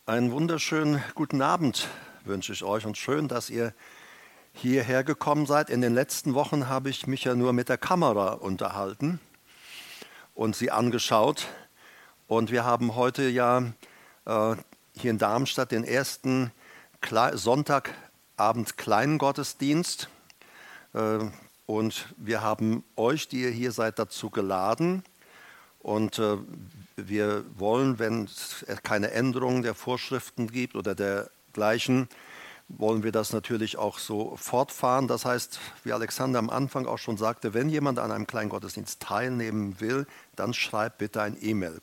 Einen wunderschönen guten Abend wünsche ich euch und schön, dass ihr hierher gekommen seid. In den letzten Wochen habe ich mich ja nur mit der Kamera unterhalten und sie angeschaut. Und wir haben heute ja hier in Darmstadt den ersten Sonntagabend kleinen Gottesdienst. Und wir haben euch, die ihr hier seid, dazu geladen. Und wir wollen, wenn es keine Änderungen der Vorschriften gibt oder dergleichen, wollen wir das natürlich auch so fortfahren. Das heißt, wie Alexander am Anfang auch schon sagte, wenn jemand an einem kleinen Gottesdienst teilnehmen will, dann schreibt bitte ein E-Mail,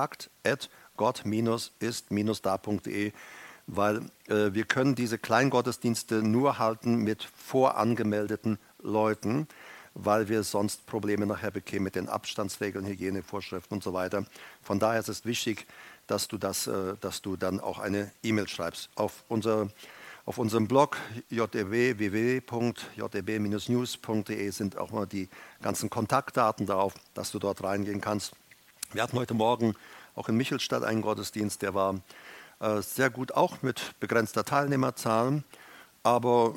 kontakt@gott-ist-da.de, weil wir können diese Kleingottesdienste nur halten mit vorangemeldeten Leuten, weil wir sonst Probleme nachher bekämen mit den Abstandsregeln, Hygienevorschriften und so weiter. Von daher ist es wichtig, dass du dann auch eine E-Mail schreibst. Auf unserem Blog www.jdb-news.de sind auch mal die ganzen Kontaktdaten darauf, dass du dort reingehen kannst. Wir hatten heute Morgen auch in Michelstadt einen Gottesdienst, der war sehr gut, auch mit begrenzter Teilnehmerzahl, aber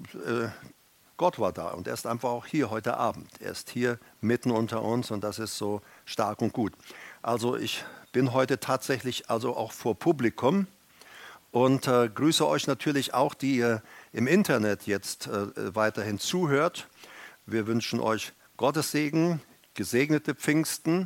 Gott war da und er ist einfach auch hier heute Abend. Er ist hier mitten unter uns und das ist so stark und gut. Also ich bin heute tatsächlich also auch vor Publikum und grüße euch natürlich auch, die ihr im Internet jetzt weiterhin zuhört. Wir wünschen euch Gottes Segen, gesegnete Pfingsten.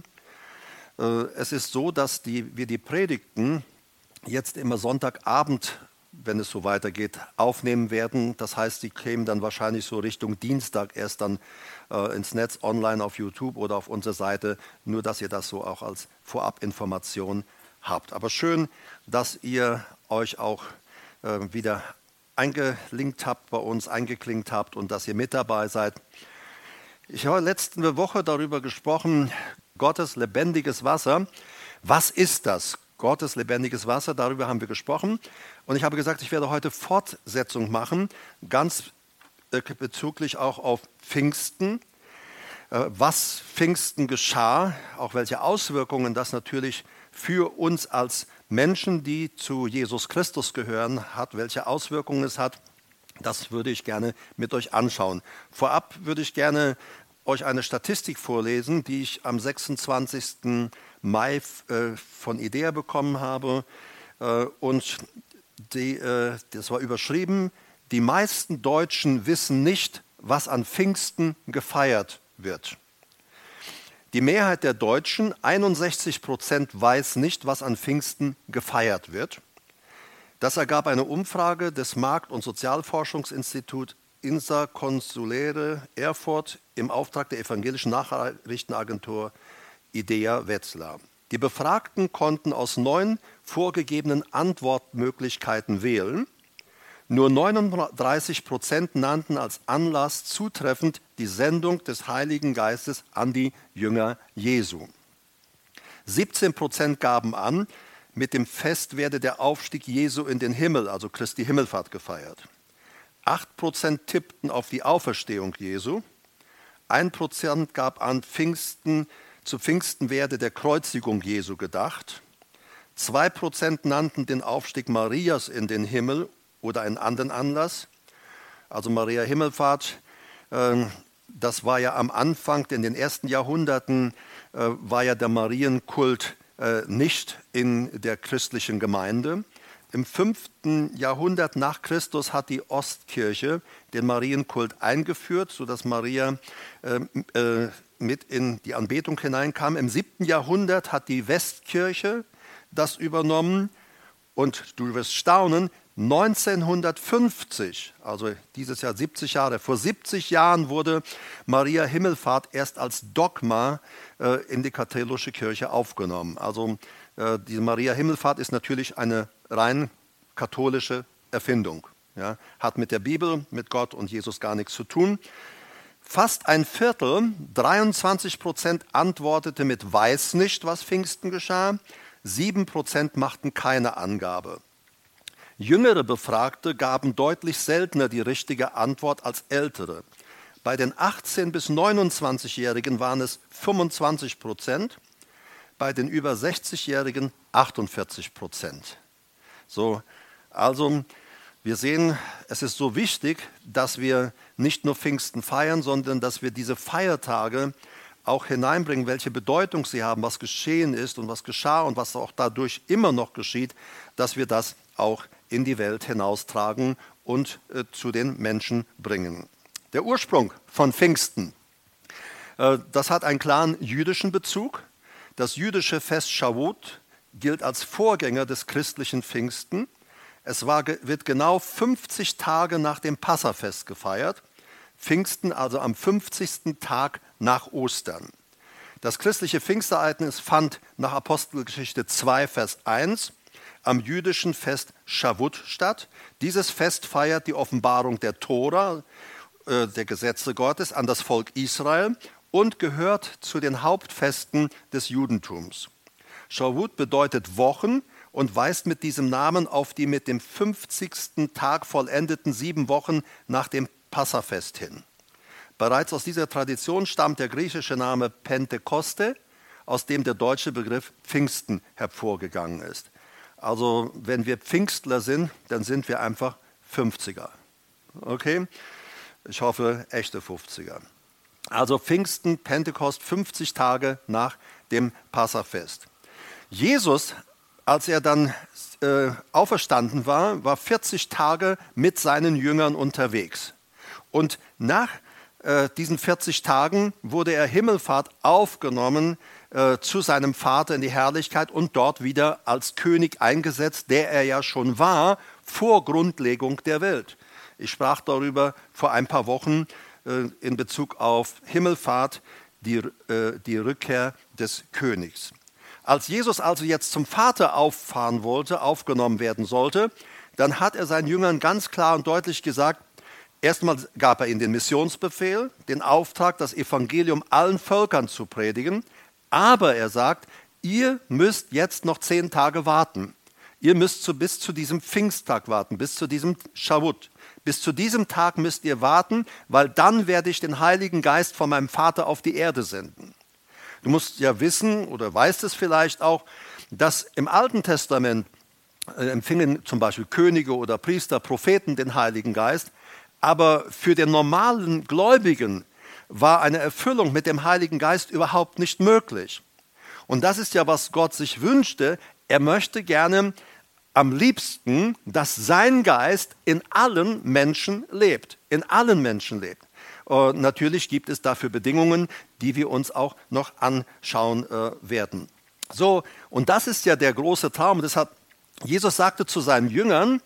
Es ist so, dass wir die Predigten jetzt immer Sonntagabend, wenn es so weitergeht, aufnehmen werden. Das heißt, die kämen dann wahrscheinlich so Richtung Dienstag erst dann ins Netz, online auf YouTube oder auf unserer Seite, nur dass ihr das so auch als Vorabinformation habt. Aber schön, dass ihr euch auch wieder eingelinkt habt bei uns, eingeklinkt habt und dass ihr mit dabei seid. Ich habe letzte Woche darüber gesprochen, Gottes lebendiges Wasser. Was ist das? Gottes lebendiges Wasser, darüber haben wir gesprochen. Und ich habe gesagt, ich werde heute Fortsetzung machen, ganz bezüglich auch auf Pfingsten. Was Pfingsten geschah, auch welche Auswirkungen das natürlich für uns als Menschen, die zu Jesus Christus gehören, hat, welche Auswirkungen es hat, das würde ich gerne mit euch anschauen. Vorab würde ich gerne euch eine Statistik vorlesen, die ich am 26. Mai von IDEA bekommen habe. Und das war überschrieben: Die meisten Deutschen wissen nicht, was an Pfingsten gefeiert wird. Die Mehrheit der Deutschen, 61%, weiß nicht, was an Pfingsten gefeiert wird. Das ergab eine Umfrage des Markt- und Sozialforschungsinstituts INSA Consulere Erfurt im Auftrag der evangelischen Nachrichtenagentur IDEA Wetzlar. Die Befragten konnten aus 9 vorgegebenen Antwortmöglichkeiten wählen. Nur 39% nannten als Anlass zutreffend die Sendung des Heiligen Geistes an die Jünger Jesu. 17% gaben an, mit dem Fest werde der Aufstieg Jesu in den Himmel, also Christi Himmelfahrt, gefeiert. 8% tippten auf die Auferstehung Jesu. 1% gab an, zu Pfingsten werde der Kreuzigung Jesu gedacht. 2% nannten den Aufstieg Marias in den Himmel oder einen anderen Anlass. Also Maria Himmelfahrt, das war ja am Anfang, in den ersten Jahrhunderten war ja der Marienkult nicht in der christlichen Gemeinde. Im 5. Jahrhundert nach Christus hat die Ostkirche den Marienkult eingeführt, sodass Maria mit in die Anbetung hineinkam. Im 7. Jahrhundert hat die Westkirche das übernommen und du wirst staunen, 1950, also dieses Jahr 70 Jahre, vor 70 Jahren wurde Maria Himmelfahrt erst als Dogma in die katholische Kirche aufgenommen. Also die Maria Himmelfahrt ist natürlich eine rein katholische Erfindung. Ja, hat mit der Bibel, mit Gott und Jesus gar nichts zu tun. Fast ein Viertel, 23%, antwortete mit weiß nicht, was Pfingsten geschah. 7% machten keine Angabe. Jüngere Befragte gaben deutlich seltener die richtige Antwort als ältere. Bei den 18- bis 29-Jährigen waren es 25%, bei den über 60-Jährigen 48%. So, also wir sehen, es ist so wichtig, dass wir nicht nur Pfingsten feiern, sondern dass wir diese Feiertage auch hineinbringen, welche Bedeutung sie haben, was geschehen ist und was geschah und was auch dadurch immer noch geschieht, dass wir das auch in die Welt hinaustragen und zu den Menschen bringen. Der Ursprung von Pfingsten, das hat einen klaren jüdischen Bezug. Das jüdische Fest Shavuot gilt als Vorgänger des christlichen Pfingsten. Es wird genau 50 Tage nach dem Passafest gefeiert. Pfingsten also am 50. Tag nach Ostern. Das christliche Pfingstereignis fand nach Apostelgeschichte 2, Vers 1 am jüdischen Fest Shavuot statt. Dieses Fest feiert die Offenbarung der Tora, der Gesetze Gottes, an das Volk Israel und gehört zu den Hauptfesten des Judentums. Shavuot bedeutet Wochen und weist mit diesem Namen auf die mit dem 50. Tag vollendeten 7 Wochen nach dem Passafest hin. Bereits aus dieser Tradition stammt der griechische Name Pentekoste, aus dem der deutsche Begriff Pfingsten hervorgegangen ist. Also wenn wir Pfingstler sind, dann sind wir einfach 50er. Okay? Ich hoffe, echte 50er. Also Pfingsten, Pentekost, 50 Tage nach dem Passafest. Jesus, als er dann auferstanden war, war 40 Tage mit seinen Jüngern unterwegs. Und nach diesen 40 Tagen wurde er Himmelfahrt aufgenommen zu seinem Vater in die Herrlichkeit und dort wieder als König eingesetzt, der er ja schon war vor Grundlegung der Welt. Ich sprach darüber vor ein paar Wochen in Bezug auf Himmelfahrt, die Rückkehr des Königs. Als Jesus also jetzt zum Vater auffahren wollte, aufgenommen werden sollte, dann hat er seinen Jüngern ganz klar und deutlich gesagt, erstmal gab er ihnen den Missionsbefehl, den Auftrag, das Evangelium allen Völkern zu predigen, aber er sagt, ihr müsst jetzt noch 10 Tage warten. Ihr müsst bis zu diesem Pfingsttag warten, bis zu diesem Shavuot. Bis zu diesem Tag müsst ihr warten, weil dann werde ich den Heiligen Geist von meinem Vater auf die Erde senden. Du musst ja wissen oder weißt es vielleicht auch, dass im Alten Testament empfingen zum Beispiel Könige oder Priester, Propheten den Heiligen Geist, aber für den normalen Gläubigen war eine Erfüllung mit dem Heiligen Geist überhaupt nicht möglich. Und das ist ja, was Gott sich wünschte. Er möchte gerne am liebsten, dass sein Geist in allen Menschen lebt. In allen Menschen lebt. Und natürlich gibt es dafür Bedingungen, die wir uns auch noch anschauen werden. So, und das ist ja der große Traum. Deshalb, Jesus sagte zu seinen Jüngern,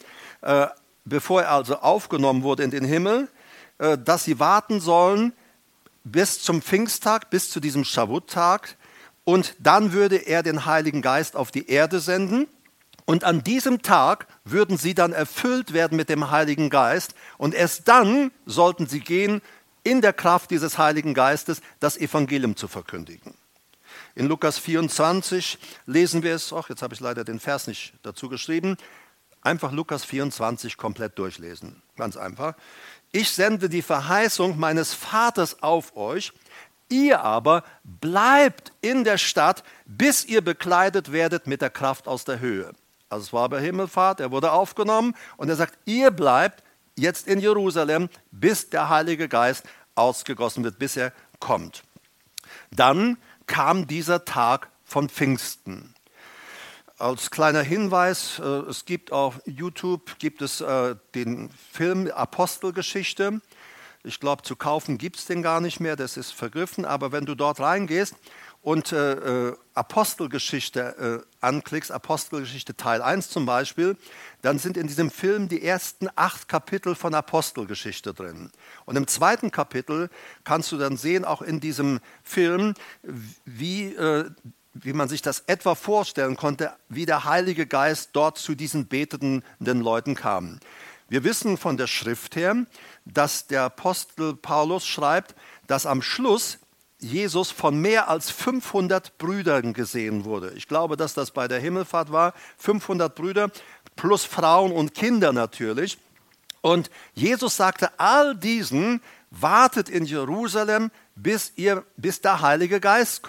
bevor er also aufgenommen wurde in den Himmel, dass sie warten sollen bis zum Pfingsttag, bis zu diesem Shavuot-Tag. Und dann würde er den Heiligen Geist auf die Erde senden. Und an diesem Tag würden sie dann erfüllt werden mit dem Heiligen Geist. Und erst dann sollten sie gehen, in der Kraft dieses Heiligen Geistes das Evangelium zu verkündigen. In Lukas 24 lesen wir es, jetzt habe ich leider den Vers nicht dazu geschrieben, einfach Lukas 24 komplett durchlesen, ganz einfach. Ich sende die Verheißung meines Vaters auf euch, ihr aber bleibt in der Stadt, bis ihr bekleidet werdet mit der Kraft aus der Höhe. Also es war bei Himmelfahrt, er wurde aufgenommen und er sagt, ihr bleibt jetzt in Jerusalem, bis der Heilige Geist ausgegossen wird, bis er kommt. Dann kam dieser Tag von Pfingsten. Als kleiner Hinweis, es gibt auf YouTube den Film Apostelgeschichte. Ich glaube, zu kaufen gibt es den gar nicht mehr, das ist vergriffen. Aber wenn du dort reingehst und Apostelgeschichte anklickst, Apostelgeschichte Teil 1 zum Beispiel, dann sind in diesem Film die ersten 8 Kapitel von Apostelgeschichte drin. Und im 2. Kapitel kannst du dann sehen, auch in diesem Film, wie man sich das etwa vorstellen konnte, wie der Heilige Geist dort zu diesen betenden Leuten kam. Wir wissen von der Schrift her, dass der Apostel Paulus schreibt, dass am Schluss Jesus von mehr als 500 Brüdern gesehen wurde. Ich glaube, dass das bei der Himmelfahrt war, 500 Brüder plus Frauen und Kinder natürlich. Und Jesus sagte all diesen, wartet in Jerusalem, bis der Heilige Geist kommt.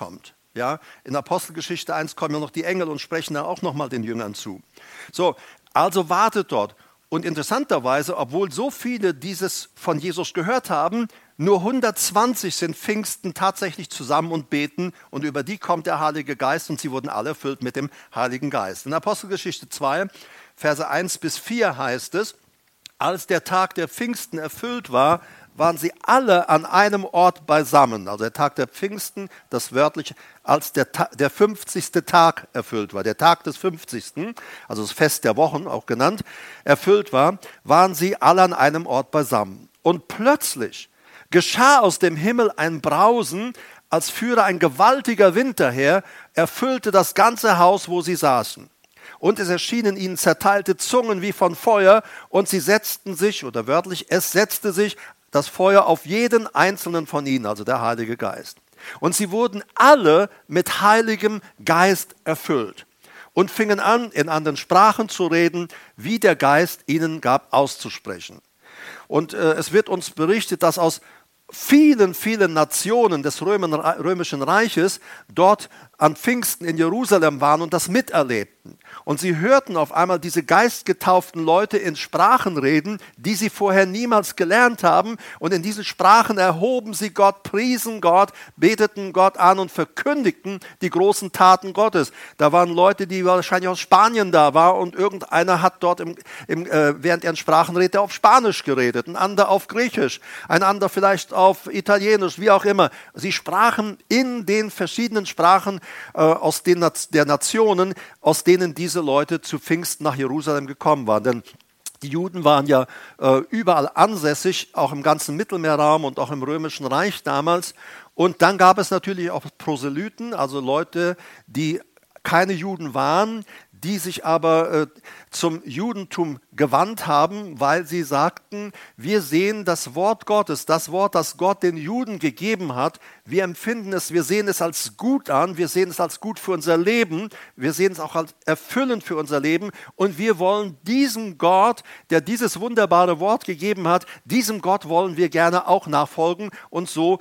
Ja, in Apostelgeschichte 1 kommen ja noch die Engel und sprechen dann auch nochmal den Jüngern zu. So, also wartet dort. Und interessanterweise, obwohl so viele dieses von Jesus gehört haben, nur 120 sind Pfingsten tatsächlich zusammen und beten und über die kommt der Heilige Geist und sie wurden alle erfüllt mit dem Heiligen Geist. In Apostelgeschichte 2, Verse 1 bis 4 heißt es, als der Tag der Pfingsten erfüllt war, waren sie alle an einem Ort beisammen. Also der Tag der Pfingsten, das wörtlich, als der 50. Tag erfüllt war. Der Tag des 50., also das Fest der Wochen auch genannt, erfüllt war, waren sie alle an einem Ort beisammen. Und plötzlich geschah aus dem Himmel ein Brausen, als führe ein gewaltiger Wind daher, erfüllte das ganze Haus, wo sie saßen. Und es erschienen ihnen zerteilte Zungen wie von Feuer, und sie setzten sich, oder wörtlich, es setzte sich das Feuer auf jeden einzelnen von ihnen, also der Heilige Geist. Und sie wurden alle mit Heiligem Geist erfüllt und fingen an, in anderen Sprachen zu reden, wie der Geist ihnen gab, auszusprechen. Und es wird uns berichtet, dass aus vielen, vielen Nationen des Römischen Reiches dort an Pfingsten in Jerusalem waren und das miterlebten. Und sie hörten auf einmal diese geistgetauften Leute in Sprachen reden, die sie vorher niemals gelernt haben. Und in diesen Sprachen erhoben sie Gott, priesen Gott, beteten Gott an und verkündigten die großen Taten Gottes. Da waren Leute, die wahrscheinlich aus Spanien da waren und irgendeiner hat dort, während er in Sprachen redete, auf Spanisch geredet, ein anderer auf Griechisch, ein anderer vielleicht auf Italienisch, wie auch immer. Sie sprachen in den verschiedenen Sprachen aus der Nationen, aus denen diese Leute zu Pfingsten nach Jerusalem gekommen waren. Denn die Juden waren ja überall ansässig, auch im ganzen Mittelmeerraum und auch im Römischen Reich damals. Und dann gab es natürlich auch Proselyten, also Leute, die keine Juden waren, die sich aber zum Judentum gewandt haben, weil sie sagten, wir sehen das Wort Gottes, das Wort, das Gott den Juden gegeben hat, wir empfinden es, wir sehen es als gut an, wir sehen es als gut für unser Leben, wir sehen es auch als erfüllend für unser Leben und wir wollen diesem Gott, der dieses wunderbare Wort gegeben hat, diesem Gott wollen wir gerne auch nachfolgen und so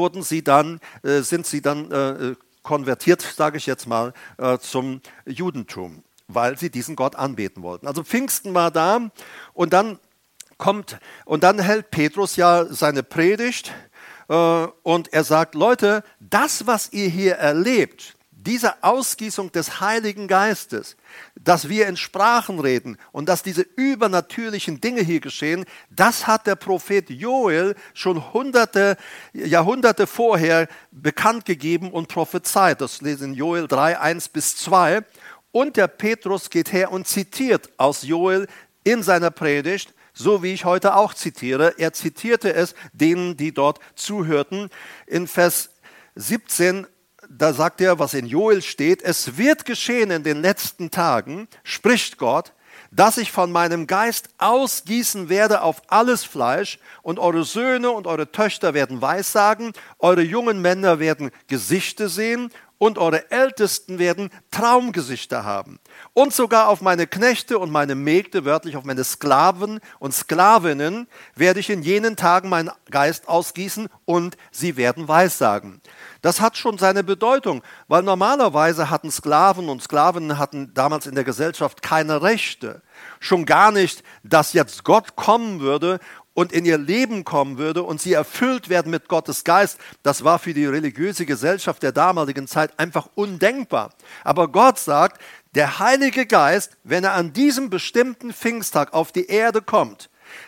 sind sie dann konvertiert, sage ich jetzt mal, zum Judentum, weil sie diesen Gott anbeten wollten. Also Pfingsten war da und dann hält Petrus ja seine Predigt und er sagt, Leute, das, was ihr hier erlebt, diese Ausgießung des Heiligen Geistes, dass wir in Sprachen reden und dass diese übernatürlichen Dinge hier geschehen, das hat der Prophet Joel schon Jahrhunderte vorher bekannt gegeben und prophezeit. Das lesen in Joel 3, 1 bis 2. Und der Petrus geht her und zitiert aus Joel in seiner Predigt, so wie ich heute auch zitiere. Er zitierte es denen, die dort zuhörten. In Vers 17 da sagt er, was in Joel steht, es wird geschehen in den letzten Tagen, spricht Gott, dass ich von meinem Geist ausgießen werde auf alles Fleisch und eure Söhne und eure Töchter werden Weissagen, eure jungen Männer werden Gesichter sehen und eure Ältesten werden Traumgesichter haben. Und sogar auf meine Knechte und meine Mägde, wörtlich auf meine Sklaven und Sklavinnen, werde ich in jenen Tagen meinen Geist ausgießen und sie werden Weissagen. Das hat schon seine Bedeutung, weil normalerweise hatten Sklaven und Sklavinnen hatten damals in der Gesellschaft keine Rechte. Schon gar nicht, dass jetzt Gott kommen würde und in ihr Leben kommen würde und sie erfüllt werden mit Gottes Geist. Das war für die religiöse Gesellschaft der damaligen Zeit einfach undenkbar. Aber Gott sagt, der Heilige Geist, wenn er an diesem bestimmten Pfingsttag auf die Erde kommt,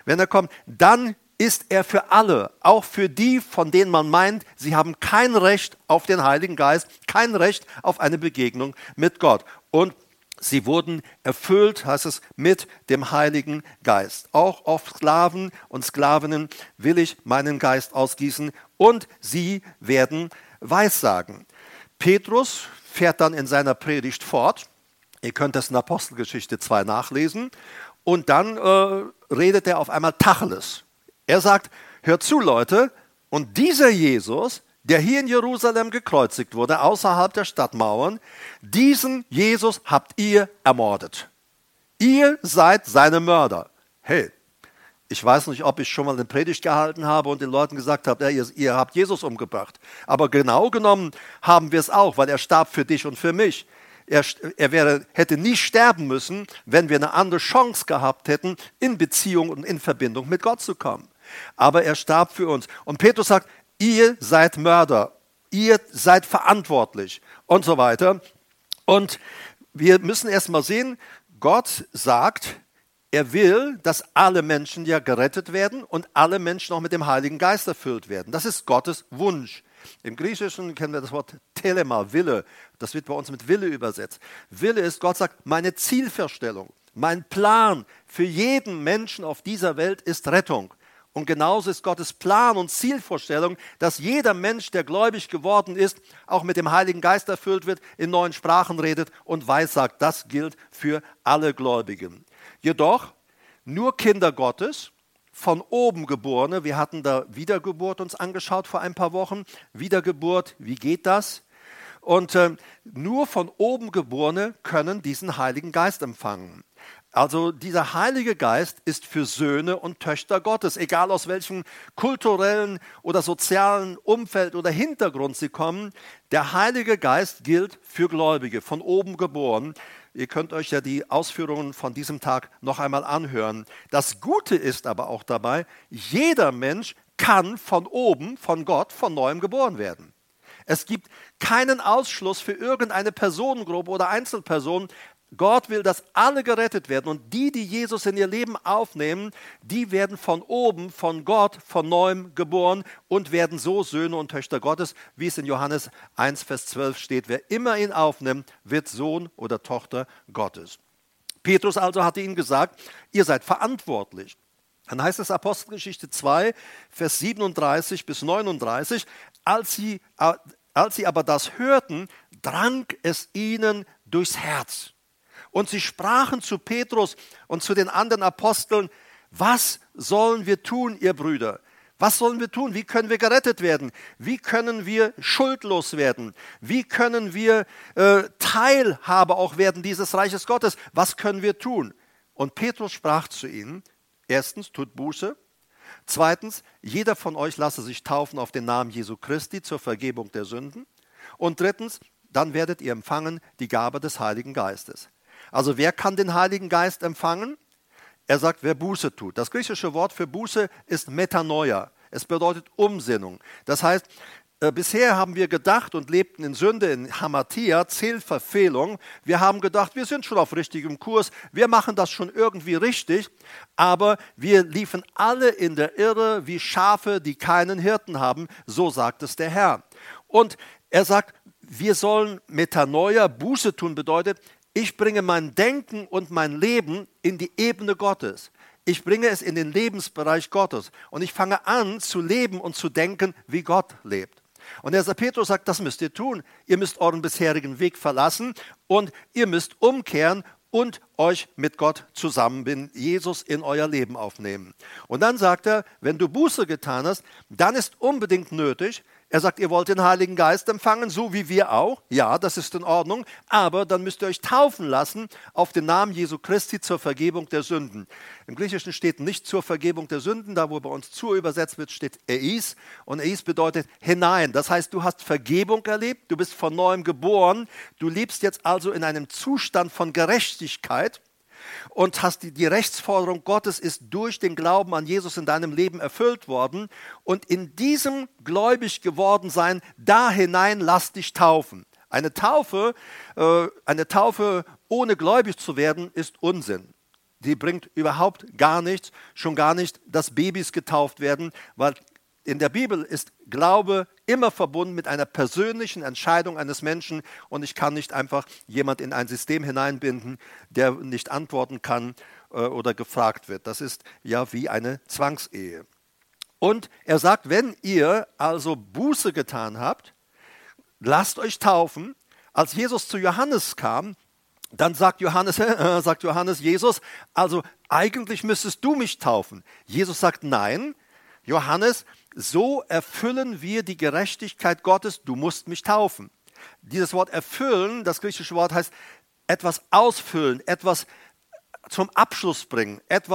dann ist er für alle, auch für die, von denen man meint, sie haben kein Recht auf den Heiligen Geist, kein Recht auf eine Begegnung mit Gott. Und sie wurden erfüllt, heißt es, mit dem Heiligen Geist. Auch auf Sklaven und Sklavinnen will ich meinen Geist ausgießen und sie werden Weissagen. Petrus fährt dann in seiner Predigt fort. Ihr könnt das in Apostelgeschichte 2 nachlesen. Und dann redet er auf einmal Tacheles. Er sagt, hört zu Leute, und dieser Jesus, der hier in Jerusalem gekreuzigt wurde, außerhalb der Stadtmauern, diesen Jesus habt ihr ermordet. Ihr seid seine Mörder. Hey, Ich weiß nicht, ob ich schon mal eine Predigt gehalten habe und den Leuten gesagt habe, ja, ihr habt Jesus umgebracht. Aber genau genommen haben wir es auch, weil er starb für dich und für mich. Hätte nie sterben müssen, wenn wir eine andere Chance gehabt hätten, in Beziehung und in Verbindung mit Gott zu kommen. Aber er starb für uns. Und Petrus sagt, ihr seid Mörder, ihr seid verantwortlich und so weiter. Und wir müssen erst mal sehen, Gott sagt, er will, dass alle Menschen ja gerettet werden und alle Menschen auch mit dem Heiligen Geist erfüllt werden. Das ist Gottes Wunsch. Im Griechischen kennen wir das Wort Telema, Wille. Das wird bei uns mit Wille übersetzt. Wille ist, Gott sagt, meine Zielvorstellung, mein Plan für jeden Menschen auf dieser Welt ist Rettung. Und genauso ist Gottes Plan und Zielvorstellung, dass jeder Mensch, der gläubig geworden ist, auch mit dem Heiligen Geist erfüllt wird, in neuen Sprachen redet und weissagt. Das gilt für alle Gläubigen. Jedoch nur Kinder Gottes, von oben Geborene, wir hatten da Wiedergeburt uns angeschaut vor ein paar Wochen. Wiedergeburt, wie geht das? Und nur von oben Geborene können diesen Heiligen Geist empfangen. Also dieser Heilige Geist ist für Söhne und Töchter Gottes, egal aus welchem kulturellen oder sozialen Umfeld oder Hintergrund sie kommen. Der Heilige Geist gilt für Gläubige, von oben geboren. Ihr könnt euch ja die Ausführungen von diesem Tag noch einmal anhören. Das Gute ist aber auch dabei, jeder Mensch kann von oben, von Gott, von neuem geboren werden. Es gibt keinen Ausschluss für irgendeine Personengruppe oder Einzelperson. Gott will, dass alle gerettet werden und die Jesus in ihr Leben aufnehmen, die werden von oben, von Gott, von neuem geboren und werden so Söhne und Töchter Gottes, wie es in Johannes 1, Vers 12 steht. Wer immer ihn aufnimmt, wird Sohn oder Tochter Gottes. Petrus also hatte ihnen gesagt, ihr seid verantwortlich. Dann heißt es Apostelgeschichte 2, Vers 37 bis 39, als sie aber das hörten, drang es ihnen durchs Herz. Und sie sprachen zu Petrus und zu den anderen Aposteln, was sollen wir tun, ihr Brüder? Was sollen wir tun? Wie können wir gerettet werden? Wie können wir schuldlos werden? Wie können wir Teilhabe auch werden dieses Reiches Gottes? Was können wir tun? Und Petrus sprach zu ihnen, erstens, tut Buße. Zweitens, jeder von euch lasse sich taufen auf den Namen Jesu Christi zur Vergebung der Sünden. Und drittens, dann werdet ihr empfangen die Gabe des Heiligen Geistes. Also wer kann den Heiligen Geist empfangen? Er sagt, wer Buße tut. Das griechische Wort für Buße ist Metanoia. Es bedeutet Umsinnung. Das heißt, bisher haben wir gedacht und lebten in Sünde, in Hamatia, Zielverfehlung. Wir haben gedacht, wir sind schon auf richtigem Kurs, wir machen das schon irgendwie richtig, aber wir liefen alle in der Irre wie Schafe, die keinen Hirten haben, so sagt es der Herr. Und er sagt, wir sollen Metanoia, Buße tun bedeutet, ich bringe mein Denken und mein Leben in die Ebene Gottes. Ich bringe es in den Lebensbereich Gottes. Und ich fange an zu leben und zu denken, wie Gott lebt. Und der Petrus sagt, das müsst ihr tun. Ihr müsst euren bisherigen Weg verlassen und ihr müsst umkehren und euch mit Gott zusammenbinden, Jesus in euer Leben aufnehmen. Und dann sagt er, wenn du Buße getan hast, dann ist unbedingt nötig, er sagt, ihr wollt den Heiligen Geist empfangen, so wie wir auch. Ja, das ist in Ordnung. Aber dann müsst ihr euch taufen lassen auf den Namen Jesu Christi zur Vergebung der Sünden. Im Griechischen steht nicht zur Vergebung der Sünden, da wo bei uns zur übersetzt wird, steht eis. Und eis bedeutet hinein. Das heißt, du hast Vergebung erlebt, du bist von neuem geboren. Du lebst jetzt also in einem Zustand von Gerechtigkeit. Und hast die Rechtsforderung Gottes ist durch den Glauben an Jesus in deinem Leben erfüllt worden. Und in diesem gläubig geworden sein, da hinein lass dich taufen. Eine Taufe ohne gläubig zu werden, ist Unsinn. Die bringt überhaupt gar nichts, schon gar nicht, dass Babys getauft werden, weil in der Bibel ist Glaube immer verbunden mit einer persönlichen Entscheidung eines Menschen und ich kann nicht einfach jemand in ein System hineinbinden, der nicht antworten kann oder gefragt wird. Das ist ja wie eine Zwangsehe. Und er sagt, wenn ihr also Buße getan habt, lasst euch taufen. Als Jesus zu Johannes kam, dann sagt Johannes Jesus, also eigentlich müsstest du mich taufen. Jesus sagt, nein, Johannes, so erfüllen wir die Gerechtigkeit Gottes, du musst mich taufen. Dieses Wort erfüllen, das griechische Wort heißt etwas ausfüllen, etwas zum Abschluss bringen, etwas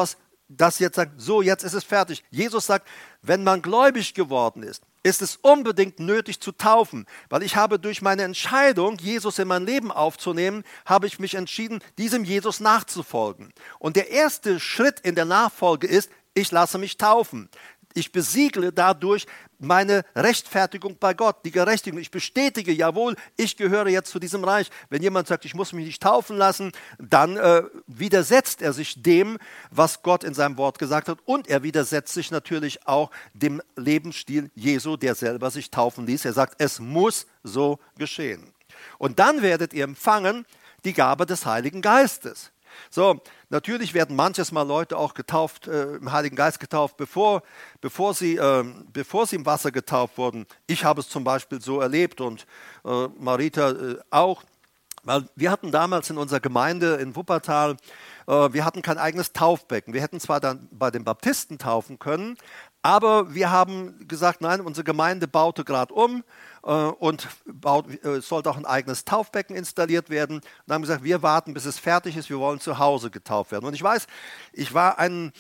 das jetzt sagt, so, jetzt ist es fertig. Jesus sagt, wenn man gläubig geworden ist, ist es unbedingt nötig zu taufen, weil ich habe durch meine Entscheidung, Jesus in mein Leben aufzunehmen, habe ich mich entschieden, diesem Jesus nachzufolgen. Und der erste Schritt in der Nachfolge ist, ich lasse mich taufen. Ich besiegle dadurch meine Rechtfertigung bei Gott, die Gerechtigung. Ich bestätige, jawohl, ich gehöre jetzt zu diesem Reich. Wenn jemand sagt, ich muss mich nicht taufen lassen, dann widersetzt er sich dem, was Gott in seinem Wort gesagt hat. Und er widersetzt sich natürlich auch dem Lebensstil Jesu, der selber sich taufen ließ. Er sagt, es muss so geschehen. Und dann werdet ihr empfangen die Gabe des Heiligen Geistes. So, natürlich werden manches Mal Leute auch getauft, im Heiligen Geist getauft, bevor sie im Wasser getauft wurden. Ich habe es zum Beispiel so erlebt und Marita auch, weil wir hatten damals in unserer Gemeinde in Wuppertal, wir hatten kein eigenes Taufbecken. Wir hätten zwar dann bei den Baptisten taufen können, aber wir haben gesagt, nein, unsere Gemeinde baute gerade um und sollte auch ein eigenes Taufbecken installiert werden. Und haben gesagt, wir warten, bis es fertig ist, wir wollen zu Hause getauft werden. Und ich weiß, ich war einen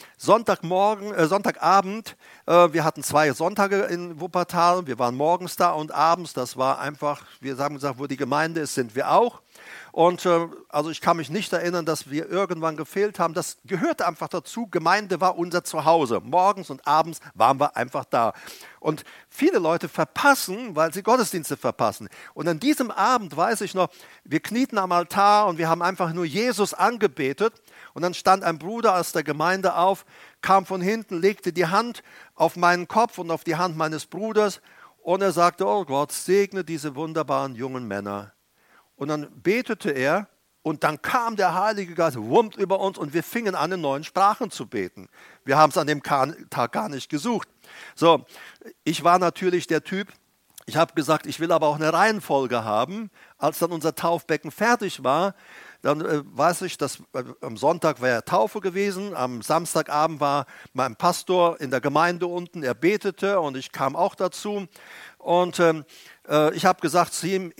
Sonntagabend, wir hatten 2 Sonntage in Wuppertal, wir waren morgens da und abends, das war einfach, wir haben gesagt, wo die Gemeinde ist, sind wir auch. Und also ich kann mich nicht erinnern, dass wir irgendwann gefehlt haben. Das gehörte einfach dazu. Gemeinde war unser Zuhause. Morgens und abends waren wir einfach da. Und viele Leute verpassen, weil sie Gottesdienste verpassen. Und an diesem Abend weiß ich noch, wir knieten am Altar und wir haben einfach nur Jesus angebetet. Und dann stand ein Bruder aus der Gemeinde auf, kam von hinten, legte die Hand auf meinen Kopf und auf die Hand meines Bruders. Und er sagte, oh Gott, segne diese wunderbaren jungen Männer. Und dann betete er und dann kam der Heilige Geist, wummt über uns und wir fingen an, in neuen Sprachen zu beten. Wir haben es an dem Tag gar nicht gesucht. So, ich war natürlich der Typ, ich habe gesagt, ich will aber auch eine Reihenfolge haben. Als dann unser Taufbecken fertig war, dann weiß ich, dass am Sonntag war ja Taufe gewesen, am Samstagabend war mein Pastor in der Gemeinde unten, er betete und ich kam auch dazu. Und ich habe gesagt zu ihm,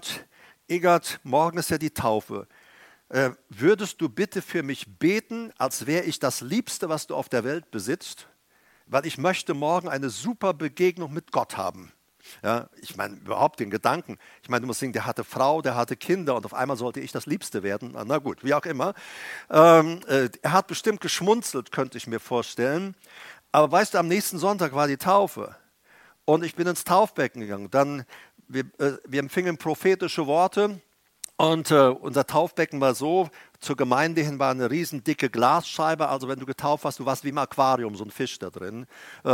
Egert, morgen ist ja die Taufe. Würdest du bitte für mich beten, als wäre ich das Liebste, was du auf der Welt besitzt? Weil ich möchte morgen eine super Begegnung mit Gott haben. Ja, ich meine, überhaupt den Gedanken. Ich meine, du musst sehen, der hatte Frau, der hatte Kinder und auf einmal sollte ich das Liebste werden. Na gut, wie auch immer. Er hat bestimmt geschmunzelt, könnte ich mir vorstellen. Aber weißt du, am nächsten Sonntag war die Taufe. Und ich bin ins Taufbecken gegangen. Dann wir empfingen prophetische Worte und unser Taufbecken war so, zur Gemeinde hin war eine riesen dicke Glasscheibe, also wenn du getauft hast, du warst wie im Aquarium, so ein Fisch da drin.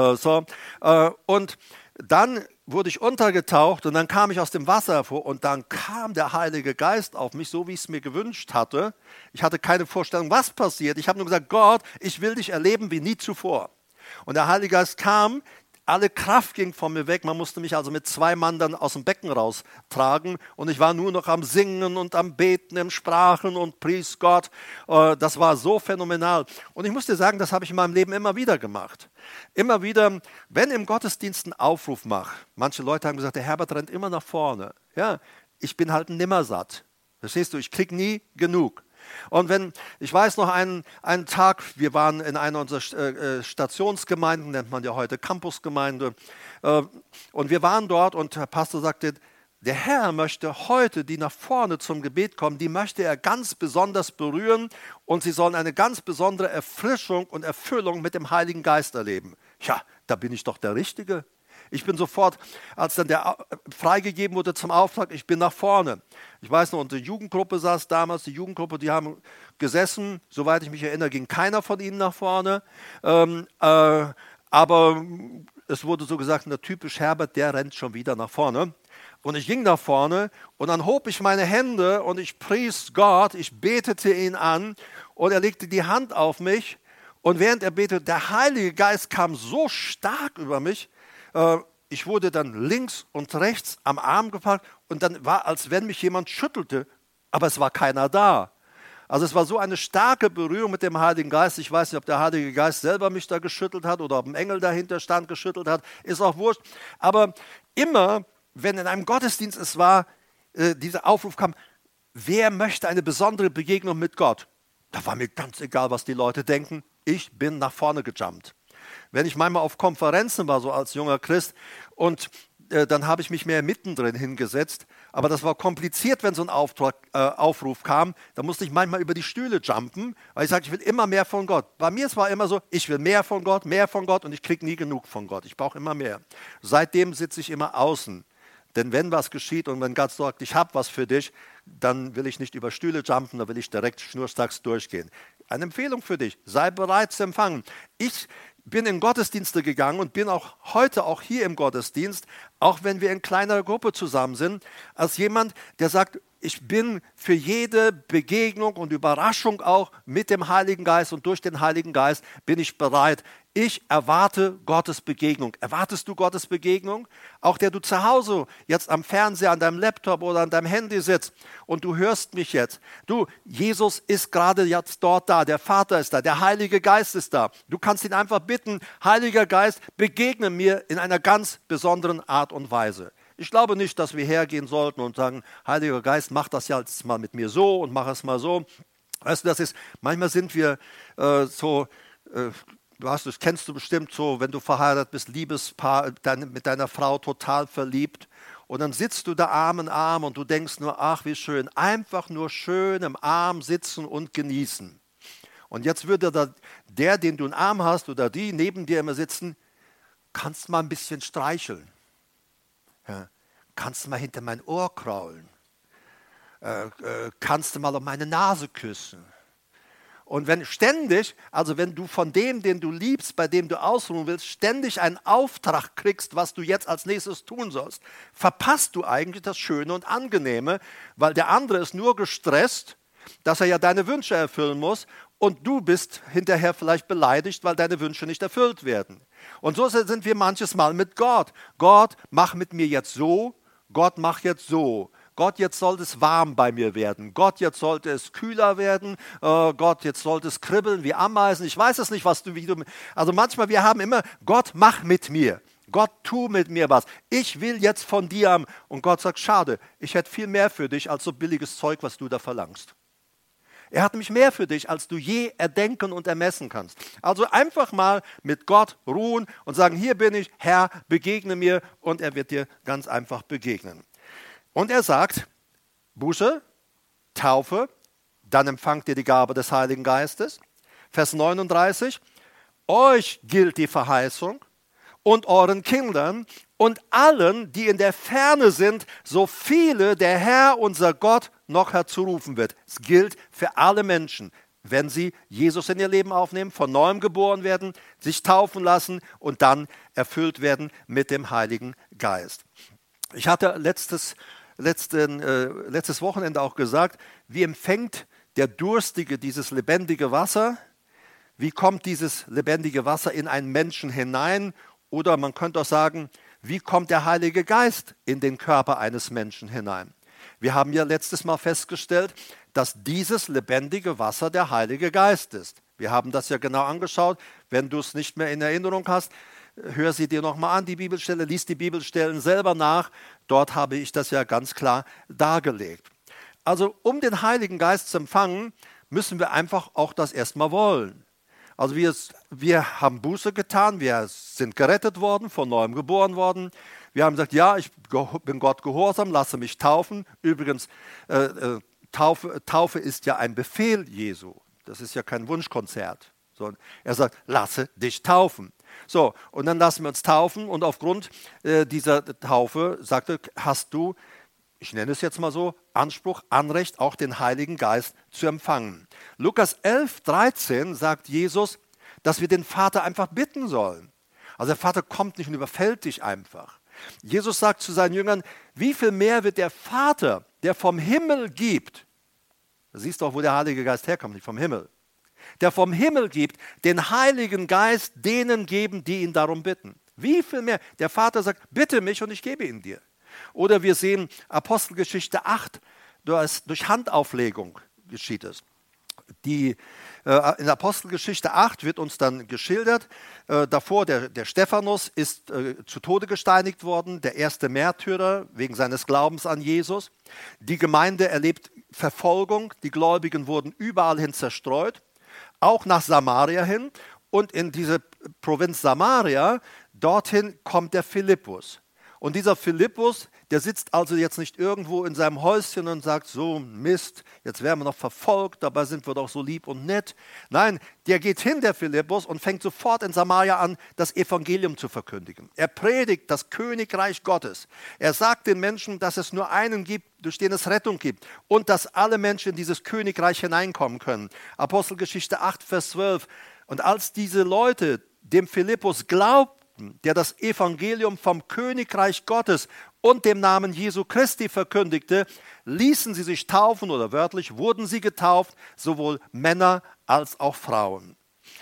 Und dann wurde ich untergetaucht und dann kam ich aus dem Wasser hervor und dann kam der Heilige Geist auf mich, so wie ich es mir gewünscht hatte. Ich hatte keine Vorstellung, was passiert. Ich habe nur gesagt, Gott, ich will dich erleben wie nie zuvor. Und der Heilige Geist kam, alle Kraft ging von mir weg. Man musste mich also mit 2 Mann dann aus dem Becken raustragen. Und ich war nur noch am Singen und am Beten in Sprachen und pries Gott. Das war so phänomenal. Und ich muss dir sagen, das habe ich in meinem Leben immer wieder gemacht. Immer wieder, wenn im Gottesdienst einen Aufruf mache. Manche Leute haben gesagt, der Herbert rennt immer nach vorne. Ja, ich bin halt ein Nimmersatt. Verstehst du, ich kriege nie genug. Und ich weiß noch einen Tag, wir waren in einer unserer Stationsgemeinden, nennt man ja heute Campusgemeinde, und wir waren dort und der Pastor sagte, der Herr möchte heute, die nach vorne zum Gebet kommen, die möchte er ganz besonders berühren und sie sollen eine ganz besondere Erfrischung und Erfüllung mit dem Heiligen Geist erleben. Ja, da bin ich doch der Richtige. Ich bin sofort, als dann der freigegeben wurde zum Auftrag, ich bin nach vorne. Ich weiß noch, unsere Jugendgruppe saß damals, die Jugendgruppe, die haben gesessen, soweit ich mich erinnere, ging keiner von ihnen nach vorne. Aber es wurde so gesagt, na typisch Herbert, der rennt schon wieder nach vorne. Und ich ging nach vorne und dann hob ich meine Hände und ich pries Gott, ich betete ihn an und er legte die Hand auf mich. Und während er betete, der Heilige Geist kam so stark über mich, ich wurde dann links und rechts am Arm gepackt und dann war, als wenn mich jemand schüttelte, aber es war keiner da. Also es war so eine starke Berührung mit dem Heiligen Geist. Ich weiß nicht, ob der Heilige Geist selber mich da geschüttelt hat oder ob ein Engel dahinter stand, geschüttelt hat, ist auch wurscht. Aber immer, wenn in einem Gottesdienst es war, dieser Aufruf kam, wer möchte eine besondere Begegnung mit Gott? Da war mir ganz egal, was die Leute denken. Ich bin nach vorne gejumpt. Wenn ich manchmal auf Konferenzen war, so als junger Christ, und dann habe ich mich mehr mittendrin hingesetzt. Aber das war kompliziert, wenn so ein Aufruf kam. Da musste ich manchmal über die Stühle jumpen, weil ich sagte, ich will immer mehr von Gott. Bei mir war immer so, ich will mehr von Gott und ich kriege nie genug von Gott. Ich brauche immer mehr. Seitdem sitze ich immer außen. Denn wenn was geschieht und wenn Gott sagt, ich habe was für dich, dann will ich nicht über Stühle jumpen, dann will ich direkt schnurstracks durchgehen. Eine Empfehlung für dich, sei bereit zu empfangen. Ich bin in Gottesdienste gegangen und bin auch heute auch hier im Gottesdienst, auch wenn wir in kleiner Gruppe zusammen sind, als jemand, der sagt, ich bin für jede Begegnung und Überraschung auch mit dem Heiligen Geist und durch den Heiligen Geist bin ich bereit. Ich erwarte Gottes Begegnung. Erwartest du Gottes Begegnung? Auch der du zu Hause jetzt am Fernseher, an deinem Laptop oder an deinem Handy sitzt und du hörst mich jetzt. Du, Jesus ist gerade jetzt dort da, der Vater ist da, der Heilige Geist ist da. Du kannst ihn einfach bitten, Heiliger Geist, begegne mir in einer ganz besonderen Art und Weise. Ich glaube nicht, dass wir hergehen sollten und sagen, Heiliger Geist, mach das jetzt mal mit mir so und mach es mal so. Weißt du, manchmal sind wir das kennst du bestimmt so, wenn du verheiratet bist, Liebespaar, mit deiner Frau total verliebt. Und dann sitzt du da Arm in Arm und du denkst nur, ach wie schön, einfach nur schön im Arm sitzen und genießen. Und jetzt würde der, den du im Arm hast oder die neben dir immer sitzen, kannst mal ein bisschen streicheln. Ja, kannst du mal hinter mein Ohr kraulen? Kannst du mal um meine Nase küssen? Und wenn du von dem, den du liebst, bei dem du ausruhen willst, ständig einen Auftrag kriegst, was du jetzt als nächstes tun sollst, verpasst du eigentlich das Schöne und Angenehme, weil der andere ist nur gestresst, dass er ja deine Wünsche erfüllen muss und du bist hinterher vielleicht beleidigt, weil deine Wünsche nicht erfüllt werden. Und so sind wir manches Mal mit Gott. Gott, mach mit mir jetzt so, Gott, mach jetzt so. Gott, jetzt sollte es warm bei mir werden. Gott, jetzt sollte es kühler werden. Gott, jetzt sollte es kribbeln wie Ameisen. Ich weiß es nicht, also manchmal, wir haben immer, Gott, mach mit mir. Gott, tu mit mir was. Ich will jetzt von dir haben. Und Gott sagt, schade, ich hätte viel mehr für dich als so billiges Zeug, was du da verlangst. Er hat nämlich mehr für dich, als du je erdenken und ermessen kannst. Also einfach mal mit Gott ruhen und sagen, hier bin ich, Herr, begegne mir. Und er wird dir ganz einfach begegnen. Und er sagt, Buße, Taufe, dann empfangt ihr die Gabe des Heiligen Geistes. Vers 39, euch gilt die Verheißung und euren Kindern und allen, die in der Ferne sind, so viele der Herr, unser Gott, noch herzurufen wird. Es gilt für alle Menschen, wenn sie Jesus in ihr Leben aufnehmen, von Neuem geboren werden, sich taufen lassen und dann erfüllt werden mit dem Heiligen Geist. Ich hatte letztes Wochenende auch gesagt, wie empfängt der Durstige dieses lebendige Wasser? Wie kommt dieses lebendige Wasser in einen Menschen hinein? Oder man könnte auch sagen, wie kommt der Heilige Geist in den Körper eines Menschen hinein? Wir haben ja letztes Mal festgestellt, dass dieses lebendige Wasser der Heilige Geist ist. Wir haben das ja genau angeschaut. Wenn du es nicht mehr in Erinnerung hast, hör sie dir nochmal an, die Bibelstelle, lies die Bibelstellen selber nach. Dort habe ich das ja ganz klar dargelegt. Also um den Heiligen Geist zu empfangen, müssen wir einfach auch das erstmal wollen. Also wir haben Buße getan, wir sind gerettet worden, von Neuem geboren worden. Wir haben gesagt, ja, ich bin Gott gehorsam, lasse mich taufen. Übrigens, Taufe ist ja ein Befehl Jesu. Das ist ja kein Wunschkonzert. Sondern er sagt, lasse dich taufen. So, und dann lassen wir uns taufen und aufgrund dieser Taufe sagte, hast du, ich nenne es jetzt mal so, Anspruch, Anrecht, auch den Heiligen Geist zu empfangen. Lukas 11,13 sagt Jesus, dass wir den Vater einfach bitten sollen. Also der Vater kommt nicht und überfällt dich einfach. Jesus sagt zu seinen Jüngern, wie viel mehr wird der Vater, der vom Himmel gibt, du siehst doch, wo der Heilige Geist herkommt, nicht vom Himmel, der vom Himmel gibt, den Heiligen Geist denen geben, die ihn darum bitten. Wie viel mehr? Der Vater sagt, bitte mich und ich gebe ihn dir. Oder wir sehen Apostelgeschichte 8, durch Handauflegung geschieht es. In Apostelgeschichte 8 wird uns dann geschildert, davor der Stephanus ist zu Tode gesteinigt worden, der erste Märtyrer wegen seines Glaubens an Jesus. Die Gemeinde erlebt Verfolgung, die Gläubigen wurden überall hin zerstreut. auch nach Samaria hin. Und in diese Provinz Samaria, dorthin kommt der Philippus. Und dieser Philippus, der sitzt also jetzt nicht irgendwo in seinem Häuschen und sagt, so Mist, jetzt werden wir noch verfolgt, dabei sind wir doch so lieb und nett. Nein, der geht hin, der Philippus, und fängt sofort in Samaria an, das Evangelium zu verkündigen. Er predigt das Königreich Gottes. Er sagt den Menschen, dass es nur einen gibt, durch den es Rettung gibt und dass alle Menschen in dieses Königreich hineinkommen können. Apostelgeschichte 8, Vers 12. Und als diese Leute dem Philippus glaubten, der das Evangelium vom Königreich Gottes und dem Namen Jesu Christi verkündigte, ließen sie sich taufen oder wörtlich wurden sie getauft, sowohl Männer als auch Frauen.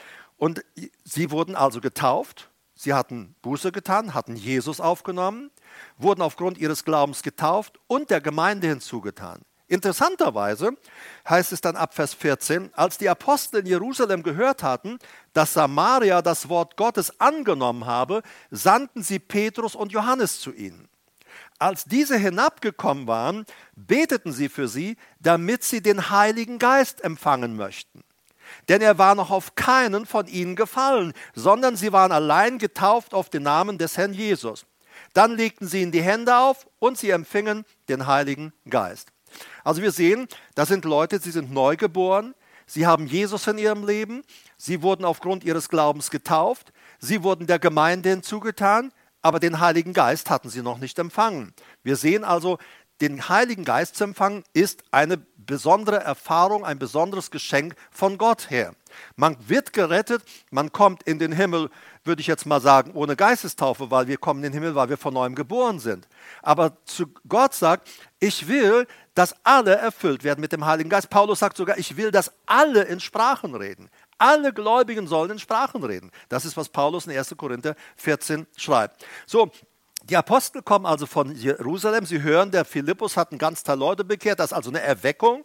Und sie wurden also getauft, sie hatten Buße getan, hatten Jesus aufgenommen, wurden aufgrund ihres Glaubens getauft und der Gemeinde hinzugetan. Interessanterweise heißt es dann ab Vers 14, als die Apostel in Jerusalem gehört hatten, dass Samaria das Wort Gottes angenommen habe, sandten sie Petrus und Johannes zu ihnen. Als diese hinabgekommen waren, beteten sie für sie, damit sie den Heiligen Geist empfangen möchten. Denn er war noch auf keinen von ihnen gefallen, sondern sie waren allein getauft auf den Namen des Herrn Jesus. Dann legten sie ihnen die Hände auf und sie empfingen den Heiligen Geist. Also wir sehen, das sind Leute, sie sind neugeboren, sie haben Jesus in ihrem Leben, sie wurden aufgrund ihres Glaubens getauft, sie wurden der Gemeinde hinzugetan, aber den Heiligen Geist hatten sie noch nicht empfangen. Wir sehen also, den Heiligen Geist zu empfangen ist eine besondere Erfahrung, ein besonderes Geschenk von Gott her. Man wird gerettet, man kommt in den Himmel, würde ich jetzt mal sagen, ohne Geistestaufe, weil wir kommen in den Himmel, weil wir von neuem geboren sind. Aber zu Gott sagt, ich will, dass alle erfüllt werden mit dem Heiligen Geist. Paulus sagt sogar, ich will, dass alle in Sprachen reden. Alle Gläubigen sollen in Sprachen reden. Das ist, was Paulus in 1. Korinther 14 schreibt. So, die Apostel kommen also von Jerusalem. Sie hören, der Philippus hat einen Ganzteil Leute bekehrt. Das ist also eine Erweckung.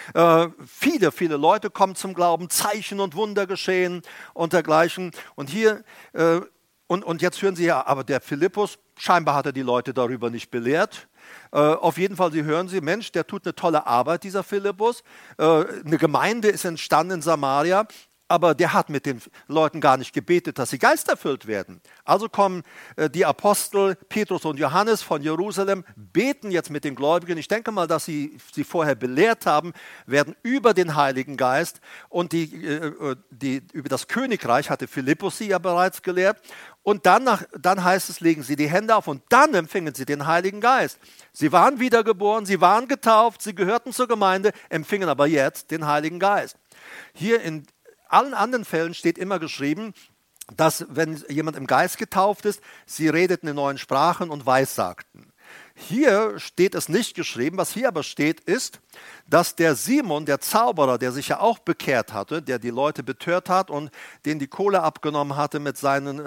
Viele Leute kommen zum Glauben, Zeichen und Wunder geschehen und dergleichen. Und hier, und jetzt hören Sie ja, aber der Philippus, scheinbar hat er die Leute darüber nicht belehrt. Auf jeden Fall, Sie hören Sie, Mensch, der tut eine tolle Arbeit, dieser Philippus. Eine Gemeinde ist entstanden in Samaria. Aber der hat mit den Leuten gar nicht gebetet, dass sie geisterfüllt werden. Also kommen die Apostel Petrus und Johannes von Jerusalem, beten jetzt mit den Gläubigen. Ich denke mal, dass sie vorher belehrt haben, werden über den Heiligen Geist und über das Königreich hatte Philippus sie ja bereits gelehrt. Und dann heißt es, legen sie die Hände auf und dann empfingen sie den Heiligen Geist. Sie waren wiedergeboren, sie waren getauft, sie gehörten zur Gemeinde, empfingen aber jetzt den Heiligen Geist. Hier in allen anderen Fällen steht immer geschrieben, dass wenn jemand im Geist getauft ist, sie redeten in neuen Sprachen und weissagten. Hier steht es nicht geschrieben, was hier aber steht ist, dass der Simon, der Zauberer, der sich ja auch bekehrt hatte, der die Leute betört hat und denen die Kohle abgenommen hatte mit seinen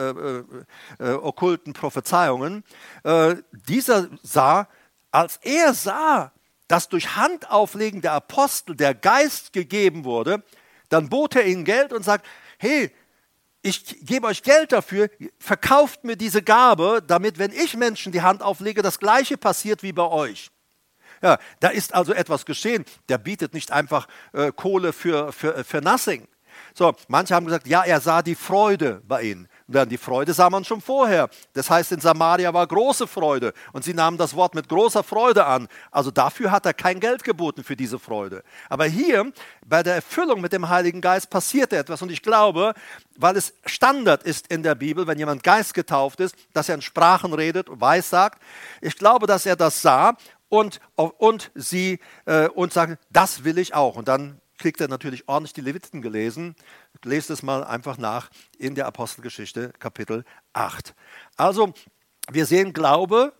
okkulten Prophezeiungen, dieser sah, als er sah, dass durch Handauflegen der Apostel der Geist gegeben wurde, dann bot er ihnen Geld und sagt, hey, ich gebe euch Geld dafür, verkauft mir diese Gabe, damit, wenn ich Menschen die Hand auflege, das Gleiche passiert wie bei euch. Ja, da ist also etwas geschehen. Der bietet nicht einfach Kohle für nothing. So, manche haben gesagt, ja, er sah die Freude bei ihnen. Ja, die Freude sah man schon vorher. Das heißt, in Samaria war große Freude und sie nahmen das Wort mit großer Freude an. Also dafür hat er kein Geld geboten für diese Freude. Aber hier bei der Erfüllung mit dem Heiligen Geist passierte etwas und ich glaube, weil es Standard ist in der Bibel, wenn jemand geistgetauft ist, dass er in Sprachen redet und weissagt. Ich glaube, dass er das sah und sie sagen, das will ich auch. Und dann kriegt er natürlich ordentlich die Leviten gelesen. Lest es mal einfach nach in der Apostelgeschichte, Kapitel 8. Also, wir sehen Glaube,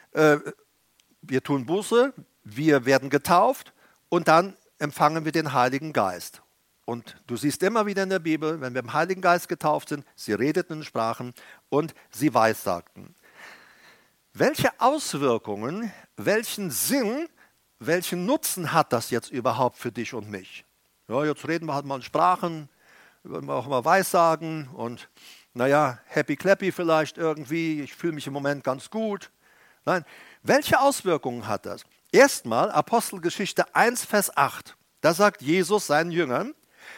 wir tun Buße, wir werden getauft und dann empfangen wir den Heiligen Geist. Und du siehst immer wieder in der Bibel, wenn wir im Heiligen Geist getauft sind, sie redeten in Sprachen und sie weissagten. Welche Auswirkungen, welchen Sinn, welchen Nutzen hat das jetzt überhaupt für dich und mich? Ja, jetzt reden wir halt mal in Sprachen, würden wir auch mal weissagen und naja, happy clappy vielleicht irgendwie, ich fühle mich im Moment ganz gut. Nein, welche Auswirkungen hat das? Erstmal Apostelgeschichte 1, Vers 8. Da sagt Jesus seinen Jüngern,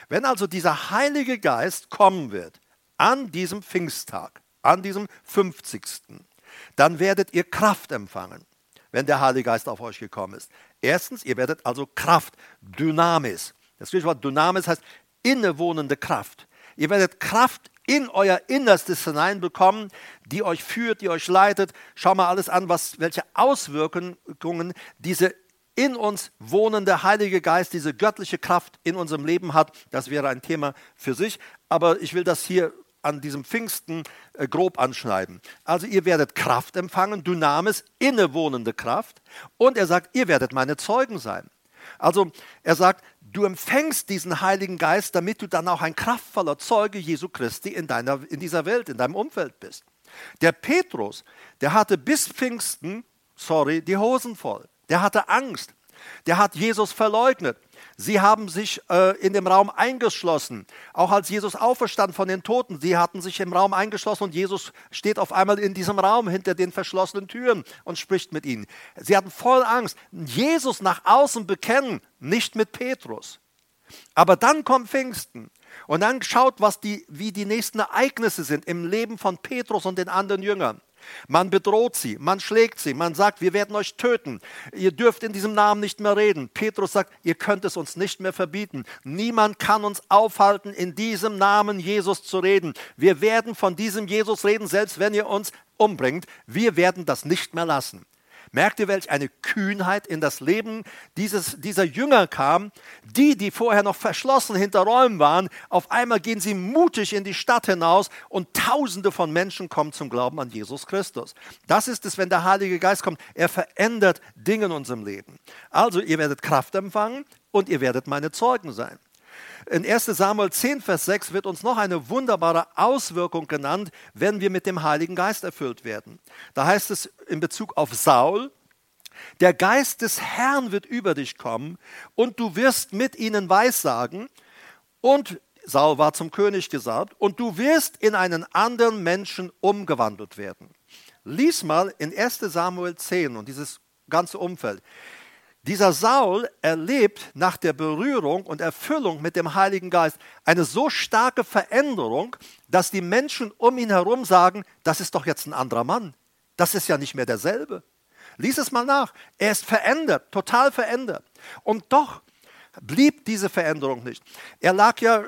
Wenn also dieser Heilige Geist kommen wird, an diesem Pfingsttag, an diesem 50., dann werdet ihr Kraft empfangen, wenn der Heilige Geist auf euch gekommen ist. Erstens, ihr werdet also Kraft, Dynamis. Das griechische Wort Dynamis heißt innewohnende Kraft. Ihr werdet Kraft in euer Innerstes hineinbekommen, die euch führt, die euch leitet. Schau mal alles an, welche Auswirkungen diese in uns wohnende Heilige Geist, diese göttliche Kraft in unserem Leben hat. Das wäre ein Thema für sich, aber ich will das hier an diesem Pfingsten grob anschneiden. Also ihr werdet Kraft empfangen, Dynamis, innewohnende Kraft, und er sagt, ihr werdet meine Zeugen sein. Also er sagt, du empfängst diesen Heiligen Geist, damit du dann auch ein kraftvoller Zeuge Jesu Christi in dieser Welt, in deinem Umfeld bist. Der Petrus, der hatte bis Pfingsten, die Hosen voll. Der hatte Angst. Der hat Jesus verleugnet. Sie haben sich in dem Raum eingeschlossen. Auch als Jesus auferstand von den Toten, sie hatten sich im Raum eingeschlossen und Jesus steht auf einmal in diesem Raum hinter den verschlossenen Türen und spricht mit ihnen. Sie hatten voll Angst. Jesus nach außen bekennen, nicht mit Petrus. Aber dann kommt Pfingsten. Und dann schaut, wie die nächsten Ereignisse sind im Leben von Petrus und den anderen Jüngern. Man bedroht sie, man schlägt sie, man sagt, wir werden euch töten. Ihr dürft in diesem Namen nicht mehr reden. Petrus sagt, ihr könnt es uns nicht mehr verbieten. Niemand kann uns aufhalten, in diesem Namen Jesus zu reden. Wir werden von diesem Jesus reden, selbst wenn ihr uns umbringt. Wir werden das nicht mehr lassen. Merkt ihr, welch eine Kühnheit in das Leben dieser Jünger kam, die vorher noch verschlossen hinter Räumen waren. Auf einmal gehen sie mutig in die Stadt hinaus und Tausende von Menschen kommen zum Glauben an Jesus Christus. Das ist es, wenn der Heilige Geist kommt. Er verändert Dinge in unserem Leben. Also ihr werdet Kraft empfangen und ihr werdet meine Zeugen sein. In 1 Samuel 10, Vers 6 wird uns noch eine wunderbare Auswirkung genannt, wenn wir mit dem Heiligen Geist erfüllt werden. Da heißt es in Bezug auf Saul, der Geist des Herrn wird über dich kommen und du wirst mit ihnen Weissagen. Und Saul war zum König gesalbt und du wirst in einen anderen Menschen umgewandelt werden. Lies mal in 1 Samuel 10 und dieses ganze Umfeld. Dieser Saul erlebt nach der Berührung und Erfüllung mit dem Heiligen Geist eine so starke Veränderung, dass die Menschen um ihn herum sagen, das ist doch jetzt ein anderer Mann. Das ist ja nicht mehr derselbe. Lies es mal nach. Er ist verändert, total verändert. Und doch blieb diese Veränderung nicht. Er lag ja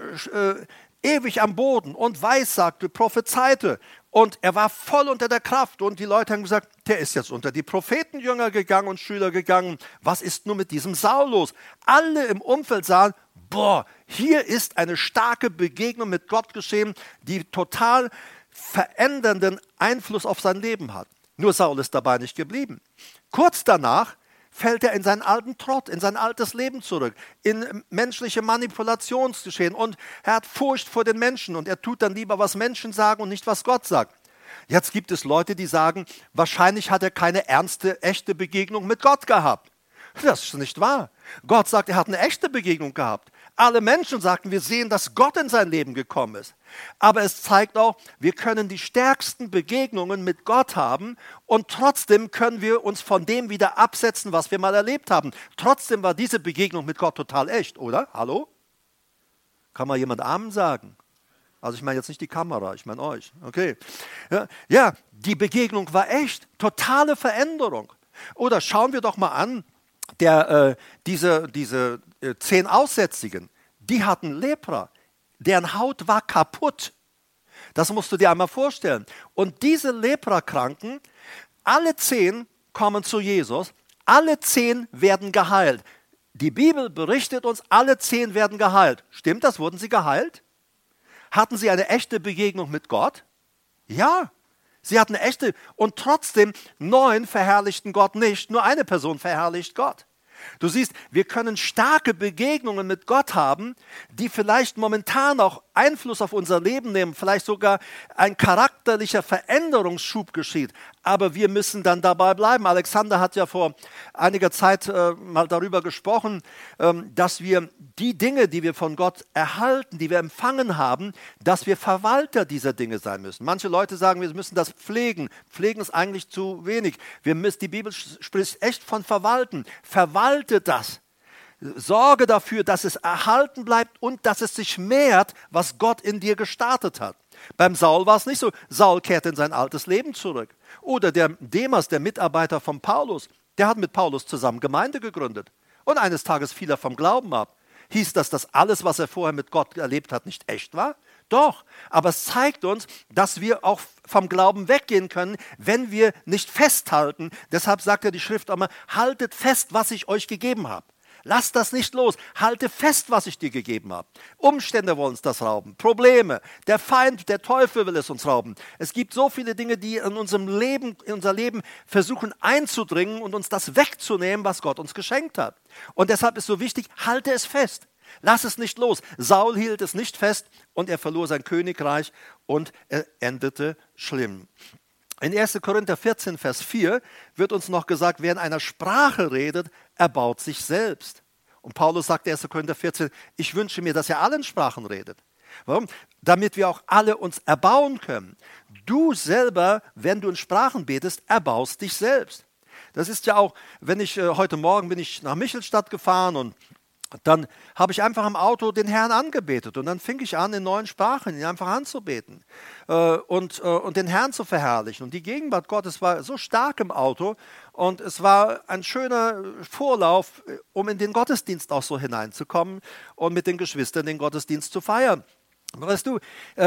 ewig am Boden und weissagte, prophezeite. Und er war voll unter der Kraft. Und die Leute haben gesagt, der ist jetzt unter die Prophetenjünger gegangen und Schüler gegangen. Was ist nun mit diesem Saul los? Alle im Umfeld sahen, hier ist eine starke Begegnung mit Gott geschehen, die total verändernden Einfluss auf sein Leben hat. Nur Saul ist dabei nicht geblieben. Kurz danach fällt er in seinen alten Trott, in sein altes Leben zurück, in menschliche Manipulationsgeschehen und er hat Furcht vor den Menschen und er tut dann lieber, was Menschen sagen und nicht, was Gott sagt. Jetzt gibt es Leute, die sagen, wahrscheinlich hat er keine ernste, echte Begegnung mit Gott gehabt. Das ist nicht wahr. Gott sagt, er hat eine echte Begegnung gehabt. Alle Menschen sagten, wir sehen, dass Gott in sein Leben gekommen ist. Aber es zeigt auch, wir können die stärksten Begegnungen mit Gott haben und trotzdem können wir uns von dem wieder absetzen, was wir mal erlebt haben. Trotzdem war diese Begegnung mit Gott total echt, oder? Hallo? Kann mal jemand Amen sagen? Also ich meine jetzt nicht die Kamera, ich meine euch. Okay. Ja, die Begegnung war echt. Totale Veränderung. Oder schauen wir doch mal an, diese 10 Aussätzigen, die hatten Lepra. Deren Haut war kaputt. Das musst du dir einmal vorstellen. Und diese Leprakranken, alle 10 kommen zu Jesus, alle 10 werden geheilt. Die Bibel berichtet uns, alle 10 werden geheilt. Stimmt das? Wurden sie geheilt? Hatten sie eine echte Begegnung mit Gott? Ja, sie hatten eine echte. Und trotzdem 9 verherrlichten Gott nicht. Nur eine Person verherrlicht Gott. Du siehst, wir können starke Begegnungen mit Gott haben, die vielleicht momentan auch Einfluss auf unser Leben nehmen, vielleicht sogar ein charakterlicher Veränderungsschub geschieht. Aber wir müssen dann dabei bleiben. Alexander hat ja vor einiger Zeit mal darüber gesprochen, dass wir die Dinge, die wir von Gott erhalten, die wir empfangen haben, dass wir Verwalter dieser Dinge sein müssen. Manche Leute sagen, wir müssen das pflegen. Pflegen ist eigentlich zu wenig. Die Bibel spricht echt von verwalten. Verwalte das. Sorge dafür, dass es erhalten bleibt und dass es sich mehrt, was Gott in dir gestartet hat. Beim Saul war es nicht so. Saul kehrt in sein altes Leben zurück. Oder der Demas, der Mitarbeiter von Paulus, der hat mit Paulus zusammen Gemeinde gegründet. Und eines Tages fiel er vom Glauben ab. Hieß das, dass alles, was er vorher mit Gott erlebt hat, nicht echt war? Doch, aber es zeigt uns, dass wir auch vom Glauben weggehen können, wenn wir nicht festhalten. Deshalb sagt ja die Schrift auch mal, haltet fest, was ich euch gegeben habe. Lass das nicht los. Halte fest, was ich dir gegeben habe. Umstände wollen uns das rauben. Probleme. Der Feind, der Teufel will es uns rauben. Es gibt so viele Dinge, die in unser Leben versuchen einzudringen und uns das wegzunehmen, was Gott uns geschenkt hat. Und deshalb ist so wichtig, halte es fest. Lass es nicht los. Saul hielt es nicht fest und er verlor sein Königreich und er endete schlimm. In 1. Korinther 14, Vers 4 wird uns noch gesagt, wer in einer Sprache redet, erbaut sich selbst. Und Paulus sagt in 1. Korinther 14, ich wünsche mir, dass ihr alle in Sprachen redet. Warum? Damit wir auch alle uns erbauen können. Du selber, wenn du in Sprachen betest, erbaust dich selbst. Das ist ja auch, heute Morgen bin ich nach Michelstadt gefahren und dann habe ich einfach im Auto den Herrn angebetet und dann fing ich an, in neuen Sprachen ihn einfach anzubeten und den Herrn zu verherrlichen. Und die Gegenwart Gottes war so stark im Auto und es war ein schöner Vorlauf, um in den Gottesdienst auch so hineinzukommen und mit den Geschwistern den Gottesdienst zu feiern. Weißt du,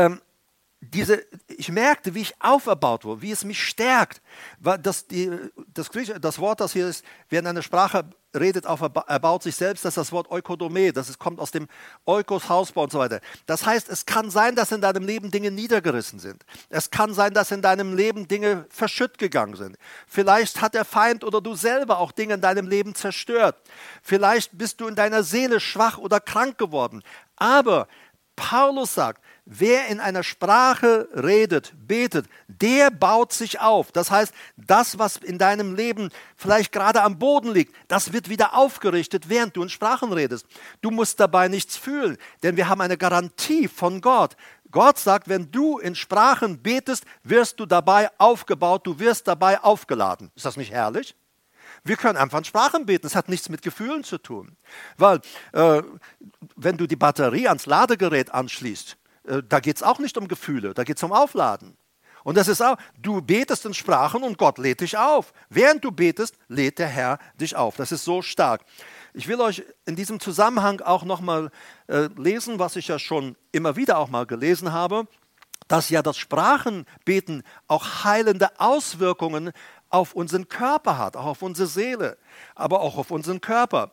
ich merkte, wie ich auferbaut wurde, wie es mich stärkt. Das Wort, das hier ist, wer in einer Sprache redet, erbaut sich selbst, das ist das Wort Oikodome, kommt aus dem Oikos, Hausbau und so weiter. Das heißt, es kann sein, dass in deinem Leben Dinge niedergerissen sind. Es kann sein, dass in deinem Leben Dinge verschütt gegangen sind. Vielleicht hat der Feind oder du selber auch Dinge in deinem Leben zerstört. Vielleicht bist du in deiner Seele schwach oder krank geworden. Aber Paulus sagt, wer in einer Sprache redet, betet, der baut sich auf. Das heißt, das, was in deinem Leben vielleicht gerade am Boden liegt, das wird wieder aufgerichtet, während du in Sprachen redest. Du musst dabei nichts fühlen, denn wir haben eine Garantie von Gott. Gott sagt, wenn du in Sprachen betest, wirst du dabei aufgebaut, du wirst dabei aufgeladen. Ist das nicht herrlich? Wir können einfach in Sprachen beten, es hat nichts mit Gefühlen zu tun. Weil wenn du die Batterie ans Ladegerät anschließt, da geht es auch nicht um Gefühle, da geht es um Aufladen. Und das ist auch, du betest in Sprachen und Gott lädt dich auf. Während du betest, lädt der Herr dich auf. Das ist so stark. Ich will euch in diesem Zusammenhang auch nochmal lesen, was ich ja schon immer wieder auch mal gelesen habe, dass ja das Sprachenbeten auch heilende Auswirkungen auf unseren Körper hat, auch auf unsere Seele, aber auch auf unseren Körper.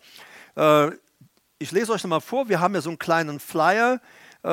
Ich lese euch nochmal vor, wir haben ja so einen kleinen Flyer,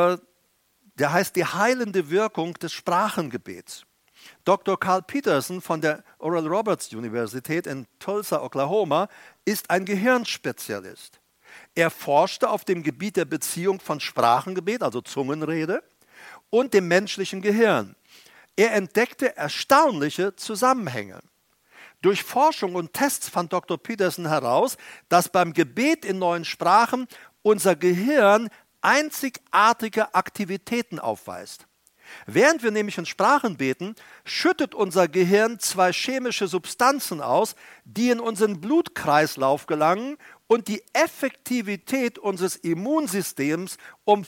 der heißt die heilende Wirkung des Sprachengebets. Dr. Carl Peterson von der Oral Roberts Universität in Tulsa, Oklahoma, ist ein Gehirnspezialist. Er forschte auf dem Gebiet der Beziehung von Sprachengebet, also Zungenrede, und dem menschlichen Gehirn. Er entdeckte erstaunliche Zusammenhänge. Durch Forschung und Tests fand Dr. Peterson heraus, dass beim Gebet in neuen Sprachen unser Gehirn einzigartige Aktivitäten aufweist. Während wir nämlich in Sprachen beten, schüttet unser Gehirn zwei chemische Substanzen aus, die in unseren Blutkreislauf gelangen und die Effektivität unseres Immunsystems um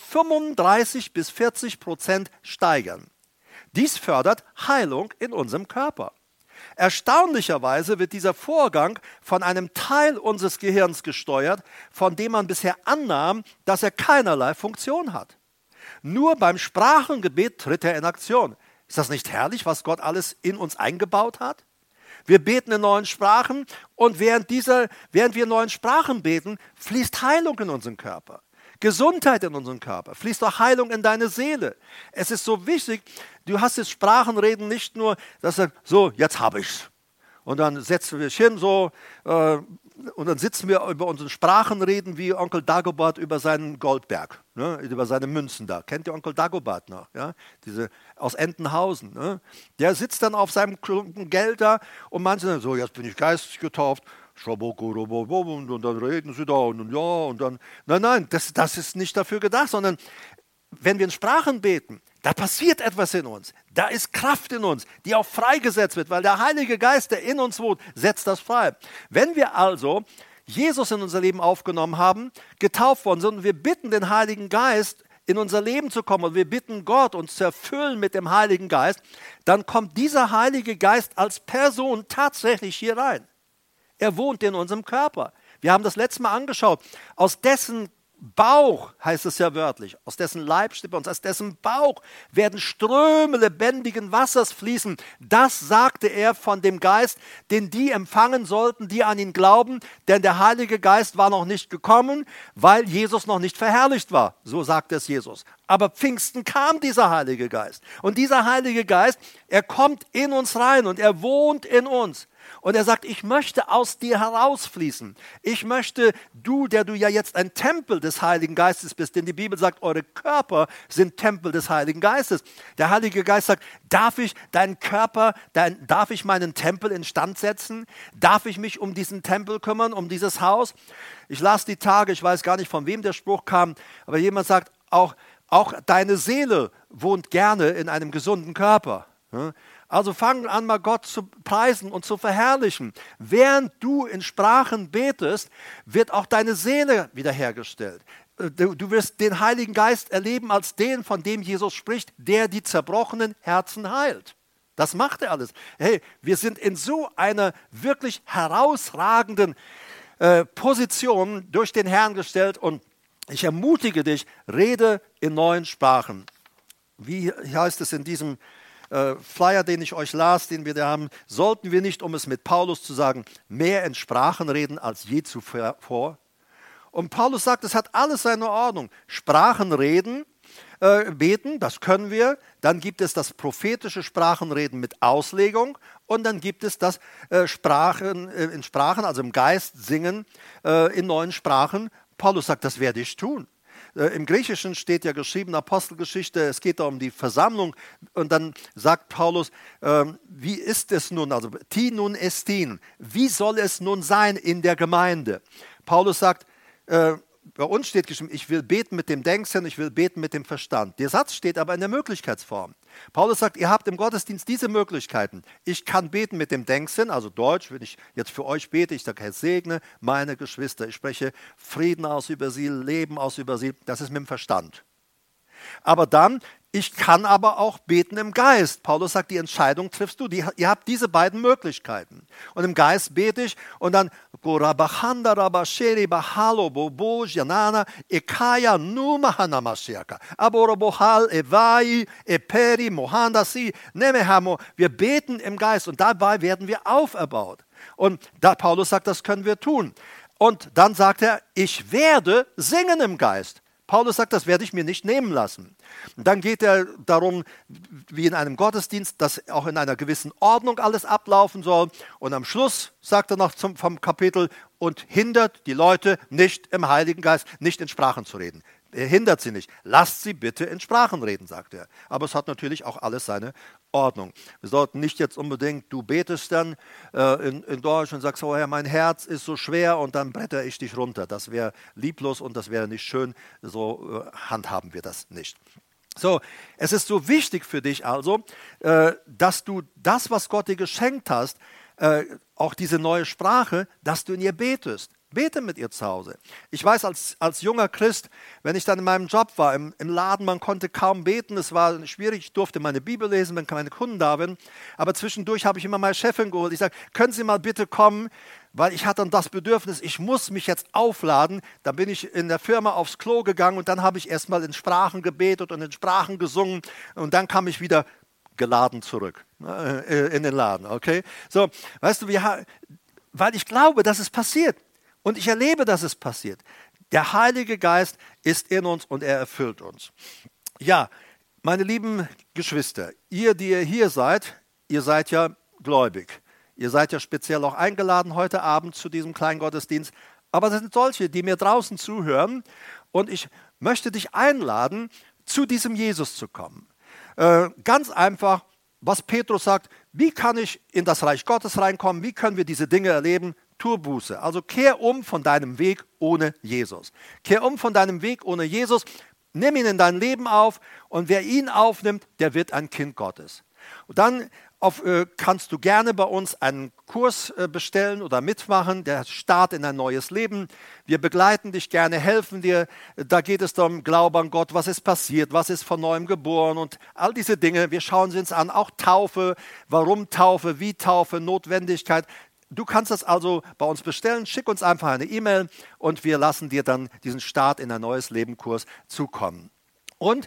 35-40% steigern. Dies fördert Heilung in unserem Körper. Erstaunlicherweise wird dieser Vorgang von einem Teil unseres Gehirns gesteuert, von dem man bisher annahm, dass er keinerlei Funktion hat. Nur beim Sprachengebet tritt er in Aktion. Ist das nicht herrlich, was Gott alles in uns eingebaut hat? Wir beten in neuen Sprachen und während wir in neuen Sprachen beten, fließt Heilung in unseren Körper. Gesundheit in unseren Körper, fließt auch Heilung in deine Seele. Es ist so wichtig, du hast das Sprachenreden nicht nur, dass du sagst, so, jetzt habe ich's. Und dann setzen wir dich hin so und dann sitzen wir über unseren Sprachenreden wie Onkel Dagobert über seinen Goldberg, ne, über seine Münzen da. Kennt ihr Onkel Dagobert noch? Ja? Diese aus Entenhausen. Ne? Der sitzt dann auf seinem Klumpen Geld da und manche sagen, so, jetzt bin ich geistig getauft. Und dann reden sie da und ja und dann. Nein, das ist nicht dafür gedacht, sondern wenn wir in Sprachen beten, da passiert etwas in uns. Da ist Kraft in uns, die auch freigesetzt wird, weil der Heilige Geist, der in uns wohnt, setzt das frei. Wenn wir also Jesus in unser Leben aufgenommen haben, getauft worden sind und wir bitten den Heiligen Geist, in unser Leben zu kommen und wir bitten Gott, uns zu erfüllen mit dem Heiligen Geist, dann kommt dieser Heilige Geist als Person tatsächlich hier rein. Er wohnt in unserem Körper. Wir haben das letzte Mal angeschaut, aus dessen Bauch, heißt es ja wörtlich, aus dessen Leib steht bei uns, aus dessen Bauch werden Ströme lebendigen Wassers fließen. Das sagte er von dem Geist, den die empfangen sollten, die an ihn glauben, denn der Heilige Geist war noch nicht gekommen, weil Jesus noch nicht verherrlicht war. So sagt es Jesus. Aber Pfingsten kam dieser Heilige Geist. Und dieser Heilige Geist, er kommt in uns rein und er wohnt in uns. Und er sagt, ich möchte aus dir herausfließen. Ich möchte, du, der du ja jetzt ein Tempel des Heiligen Geistes bist, denn die Bibel sagt, eure Körper sind Tempel des Heiligen Geistes. Der Heilige Geist sagt, darf ich deinen Körper, darf ich meinen Tempel instand setzen? Darf ich mich um diesen Tempel kümmern, um dieses Haus? Ich las die Tage, ich weiß gar nicht, von wem der Spruch kam, aber jemand sagt, auch deine Seele wohnt gerne in einem gesunden Körper. Also fang an, mal Gott zu preisen und zu verherrlichen. Während du in Sprachen betest, wird auch deine Seele wiederhergestellt. Du wirst den Heiligen Geist erleben als den, von dem Jesus spricht, der die zerbrochenen Herzen heilt. Das macht er alles. Hey, wir sind in so einer wirklich herausragenden Position durch den Herrn gestellt und ich ermutige dich, rede in neuen Sprachen. Wie heißt es in diesem Flyer, den ich euch las, den wir da haben, sollten wir nicht, um es mit Paulus zu sagen, mehr in Sprachen reden als je zuvor? Und Paulus sagt, es hat alles seine Ordnung. Sprachen reden, beten, das können wir. Dann gibt es das prophetische Sprachenreden mit Auslegung und dann gibt es das in Sprachen, also im Geist singen in neuen Sprachen. Paulus sagt, das werde ich tun. Im Griechischen steht ja geschrieben, Apostelgeschichte, es geht da um die Versammlung und dann sagt Paulus, wie ist es nun, also ti nun estin, wie soll es nun sein in der Gemeinde? Paulus sagt, bei uns steht geschrieben, ich will beten mit dem Denksinn, ich will beten mit dem Verstand. Der Satz steht aber in der Möglichkeitsform. Paulus sagt, ihr habt im Gottesdienst diese Möglichkeiten. Ich kann beten mit dem Denksinn, also Deutsch, wenn ich jetzt für euch bete, ich sage, Herr, segne meine Geschwister. Ich spreche Frieden aus über sie, Leben aus über sie. Das ist mit dem Verstand. Aber dann, ich kann aber auch beten im Geist. Paulus sagt, die Entscheidung triffst du. Ihr habt diese beiden Möglichkeiten. Und im Geist bete ich und dann wir beten im Geist und dabei werden wir auferbaut. Und Paulus sagt, das können wir tun. Und dann sagt er, ich werde singen im Geist. Paulus sagt, das werde ich mir nicht nehmen lassen. Und dann geht er darum, wie in einem Gottesdienst, dass auch in einer gewissen Ordnung alles ablaufen soll. Und am Schluss sagt er noch vom Kapitel, und hindert die Leute nicht im Heiligen Geist, nicht in Sprachen zu reden. Er hindert sie nicht. Lasst sie bitte in Sprachen reden, sagt er. Aber es hat natürlich auch alles seine Ordnung. Wir sollten nicht jetzt unbedingt, du betest dann in Deutsch und sagst, oh Herr, mein Herz ist so schwer und dann bretter ich dich runter. Das wäre lieblos und das wäre nicht schön. So handhaben wir das nicht. So, es ist so wichtig für dich also, dass du das, was Gott dir geschenkt hast, auch diese neue Sprache, dass du in ihr betest. Bete mit ihr zu Hause. Ich weiß, als junger Christ, wenn ich dann in meinem Job war, im Laden, man konnte kaum beten, es war schwierig, ich durfte meine Bibel lesen, wenn keine Kunden da waren, aber zwischendurch habe ich immer meine Chefin geholt. Ich sage, können Sie mal bitte kommen, weil ich hatte dann das Bedürfnis, ich muss mich jetzt aufladen. Dann bin ich in der Firma aufs Klo gegangen und dann habe ich erstmal in Sprachen gebetet und in Sprachen gesungen und dann kam ich wieder geladen zurück in den Laden, okay? So, weißt du, weil ich glaube, dass es passiert. Und ich erlebe, dass es passiert. Der Heilige Geist ist in uns und er erfüllt uns. Ja, meine lieben Geschwister, ihr, die ihr hier seid, ihr seid ja gläubig. Ihr seid ja speziell auch eingeladen heute Abend zu diesem kleinen Gottesdienst. Aber es sind solche, die mir draußen zuhören. Und ich möchte dich einladen, zu diesem Jesus zu kommen. Ganz einfach, was Petrus sagt, wie kann ich in das Reich Gottes reinkommen? Wie können wir diese Dinge erleben? Tu Buße. Also kehr um von deinem Weg ohne Jesus. Kehr um von deinem Weg ohne Jesus. Nimm ihn in dein Leben auf und wer ihn aufnimmt, der wird ein Kind Gottes. Und dann kannst du gerne bei uns einen Kurs bestellen oder mitmachen, der Start in ein neues Leben. Wir begleiten dich gerne, helfen dir. Da geht es darum, Glaube an Gott, was ist passiert, was ist von neuem geboren und all diese Dinge. Wir schauen sie uns an, auch Taufe, warum Taufe, wie Taufe, Notwendigkeit. Du kannst das also bei uns bestellen, schick uns einfach eine E-Mail und wir lassen dir dann diesen Start in ein neues Leben Kurs zukommen. Und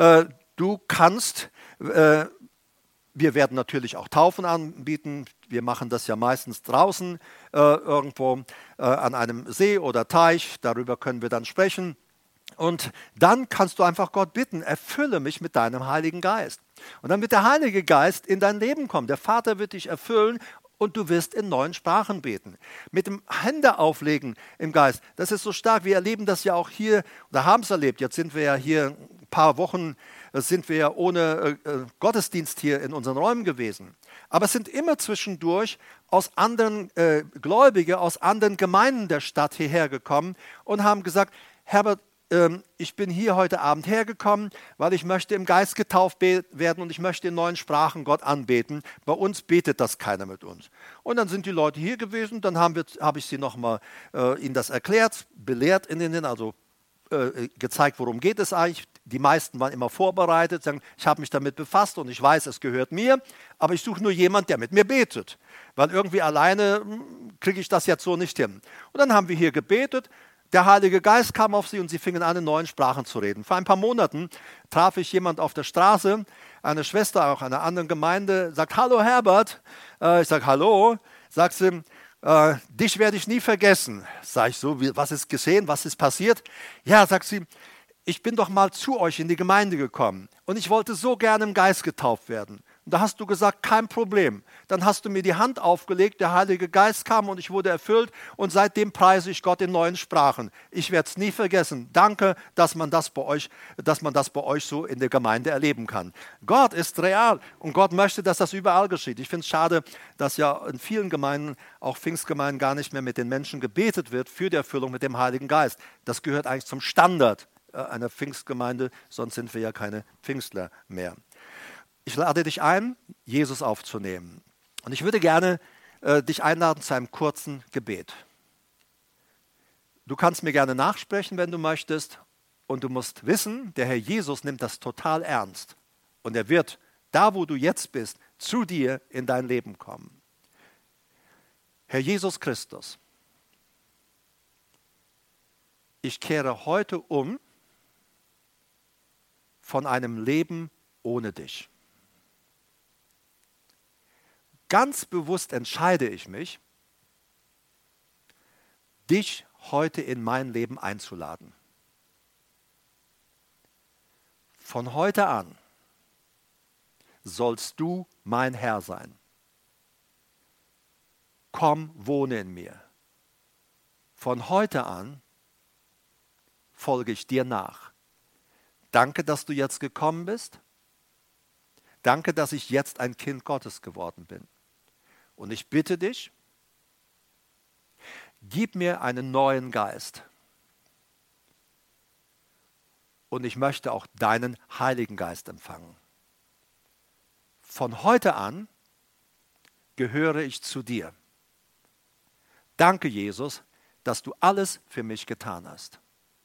du kannst, wir werden natürlich auch Taufen anbieten. Wir machen das ja meistens draußen irgendwo an einem See oder Teich. Darüber können wir dann sprechen. Und dann kannst du einfach Gott bitten, erfülle mich mit deinem Heiligen Geist. Und dann wird der Heilige Geist in dein Leben kommen. Der Vater wird dich erfüllen und du wirst in neuen Sprachen beten. Mit dem Hände auflegen im Geist, das ist so stark. Wir erleben das ja auch hier oder haben es erlebt. Jetzt sind wir ja hier ein paar Wochen, sind wir ja ohne Gottesdienst hier in unseren Räumen gewesen. Aber es sind immer zwischendurch aus anderen Gläubige, aus anderen Gemeinden der Stadt hierher gekommen und haben gesagt, Herbert, ich bin hier heute Abend hergekommen, weil ich möchte im Geist getauft werden und ich möchte in neuen Sprachen Gott anbeten. Bei uns betet das keiner mit uns. Und dann sind die Leute hier gewesen, dann habe ich sie nochmal ihnen das erklärt, belehrt in den also gezeigt, worum geht es eigentlich. Die meisten waren immer vorbereitet, sagen, ich habe mich damit befasst und ich weiß, es gehört mir, aber ich suche nur jemanden, der mit mir betet, weil irgendwie alleine kriege ich das jetzt so nicht hin. Und dann haben wir hier gebetet. Der Heilige Geist kam auf sie und sie fingen an, in neuen Sprachen zu reden. Vor ein paar Monaten traf ich jemand auf der Straße, eine Schwester auch einer anderen Gemeinde, sagt, hallo Herbert. Ich sage, hallo. Sagt sie, dich werde ich nie vergessen. Sag ich so, was ist geschehen, was ist passiert? Ja, sagt sie, ich bin doch mal zu euch in die Gemeinde gekommen und ich wollte so gerne im Geist getauft werden. Und da hast du gesagt, kein Problem. Dann hast du mir die Hand aufgelegt, der Heilige Geist kam und ich wurde erfüllt und seitdem preise ich Gott in neuen Sprachen. Ich werde es nie vergessen. Danke, dass man das bei euch so in der Gemeinde erleben kann. Gott ist real und Gott möchte, dass das überall geschieht. Ich finde es schade, dass ja in vielen Gemeinden, auch Pfingstgemeinden, gar nicht mehr mit den Menschen gebetet wird für die Erfüllung mit dem Heiligen Geist. Das gehört eigentlich zum Standard einer Pfingstgemeinde, sonst sind wir ja keine Pfingstler mehr. Ich lade dich ein, Jesus aufzunehmen. Und ich würde gerne dich einladen zu einem kurzen Gebet. Du kannst mir gerne nachsprechen, wenn du möchtest. Und du musst wissen, der Herr Jesus nimmt das total ernst. Und er wird, da wo du jetzt bist, zu dir in dein Leben kommen. Herr Jesus Christus, ich kehre heute um von einem Leben ohne dich. Ganz bewusst entscheide ich mich, dich heute in mein Leben einzuladen. Von heute an sollst du mein Herr sein. Komm, wohne in mir. Von heute an folge ich dir nach. Danke, dass du jetzt gekommen bist. Danke, dass ich jetzt ein Kind Gottes geworden bin. Und ich bitte dich, gib mir einen neuen Geist. Und ich möchte auch deinen Heiligen Geist empfangen. Von heute an gehöre ich zu dir. Danke, Jesus, dass du alles für mich getan hast.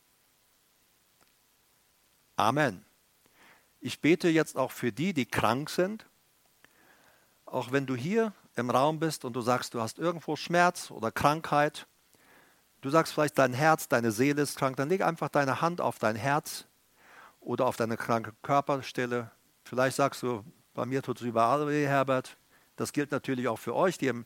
Amen. Ich bete jetzt auch für die, die krank sind. Auch wenn du hier im Raum bist und du sagst, du hast irgendwo Schmerz oder Krankheit, du sagst vielleicht, dein Herz, deine Seele ist krank, dann leg einfach deine Hand auf dein Herz oder auf deine kranke Körperstelle. Vielleicht sagst du, bei mir tut es überall weh, Herbert. Das gilt natürlich auch für euch, die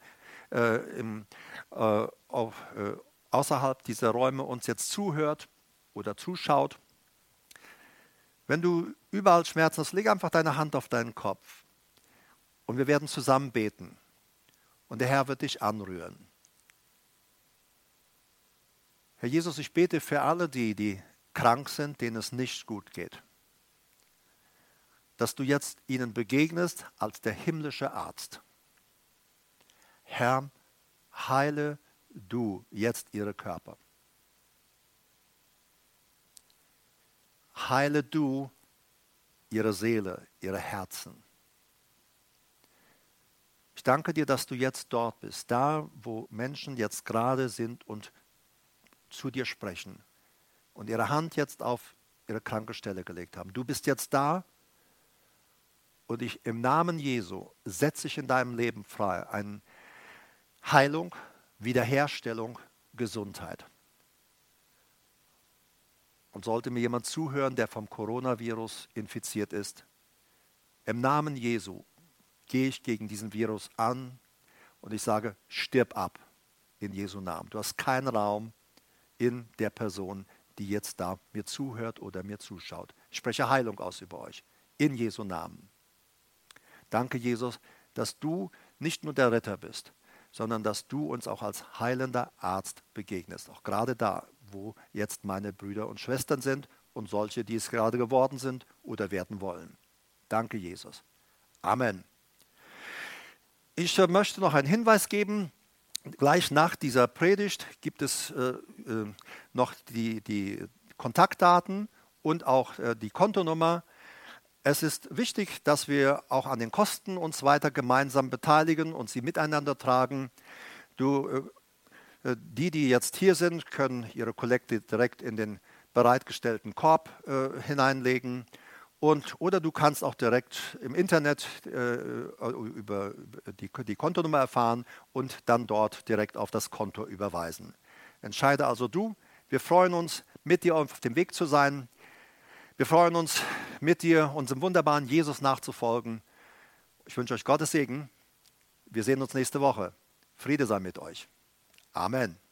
außerhalb dieser Räume uns jetzt zuhört oder zuschaut. Wenn du überall Schmerzen hast, leg einfach deine Hand auf deinen Kopf und wir werden zusammen beten. Und der Herr wird dich anrühren. Herr Jesus, ich bete für alle, die krank sind, denen es nicht gut geht, dass du jetzt ihnen begegnest als der himmlische Arzt. Herr, heile du jetzt ihre Körper. Heile du ihre Seele, ihre Herzen. Ich danke dir, dass du jetzt dort bist, da, wo Menschen jetzt gerade sind und zu dir sprechen und ihre Hand jetzt auf ihre kranke Stelle gelegt haben. Du bist jetzt da und ich im Namen Jesu setze ich in deinem Leben frei eine Heilung, Wiederherstellung, Gesundheit. Und sollte mir jemand zuhören, der vom Coronavirus infiziert ist, im Namen Jesu gehe ich gegen diesen Virus an und ich sage, stirb ab in Jesu Namen. Du hast keinen Raum in der Person, die jetzt da mir zuhört oder mir zuschaut. Ich spreche Heilung aus über euch, in Jesu Namen. Danke, Jesus, dass du nicht nur der Retter bist, sondern dass du uns auch als heilender Arzt begegnest. Auch gerade da, wo jetzt meine Brüder und Schwestern sind und solche, die es gerade geworden sind oder werden wollen. Danke, Jesus. Amen. Ich möchte noch einen Hinweis geben. Gleich nach dieser Predigt gibt es noch die Kontaktdaten und auch die Kontonummer. Es ist wichtig, dass wir auch an den Kosten uns weiter gemeinsam beteiligen und sie miteinander tragen. Die jetzt hier sind, können ihre Kollekte direkt in den bereitgestellten Korb hineinlegen. Oder du kannst auch direkt im Internet über die Kontonummer erfahren und dann dort direkt auf das Konto überweisen. Entscheide also du. Wir freuen uns, mit dir auf dem Weg zu sein. Wir freuen uns, mit dir unserem wunderbaren Jesus nachzufolgen. Ich wünsche euch Gottes Segen. Wir sehen uns nächste Woche. Friede sei mit euch. Amen.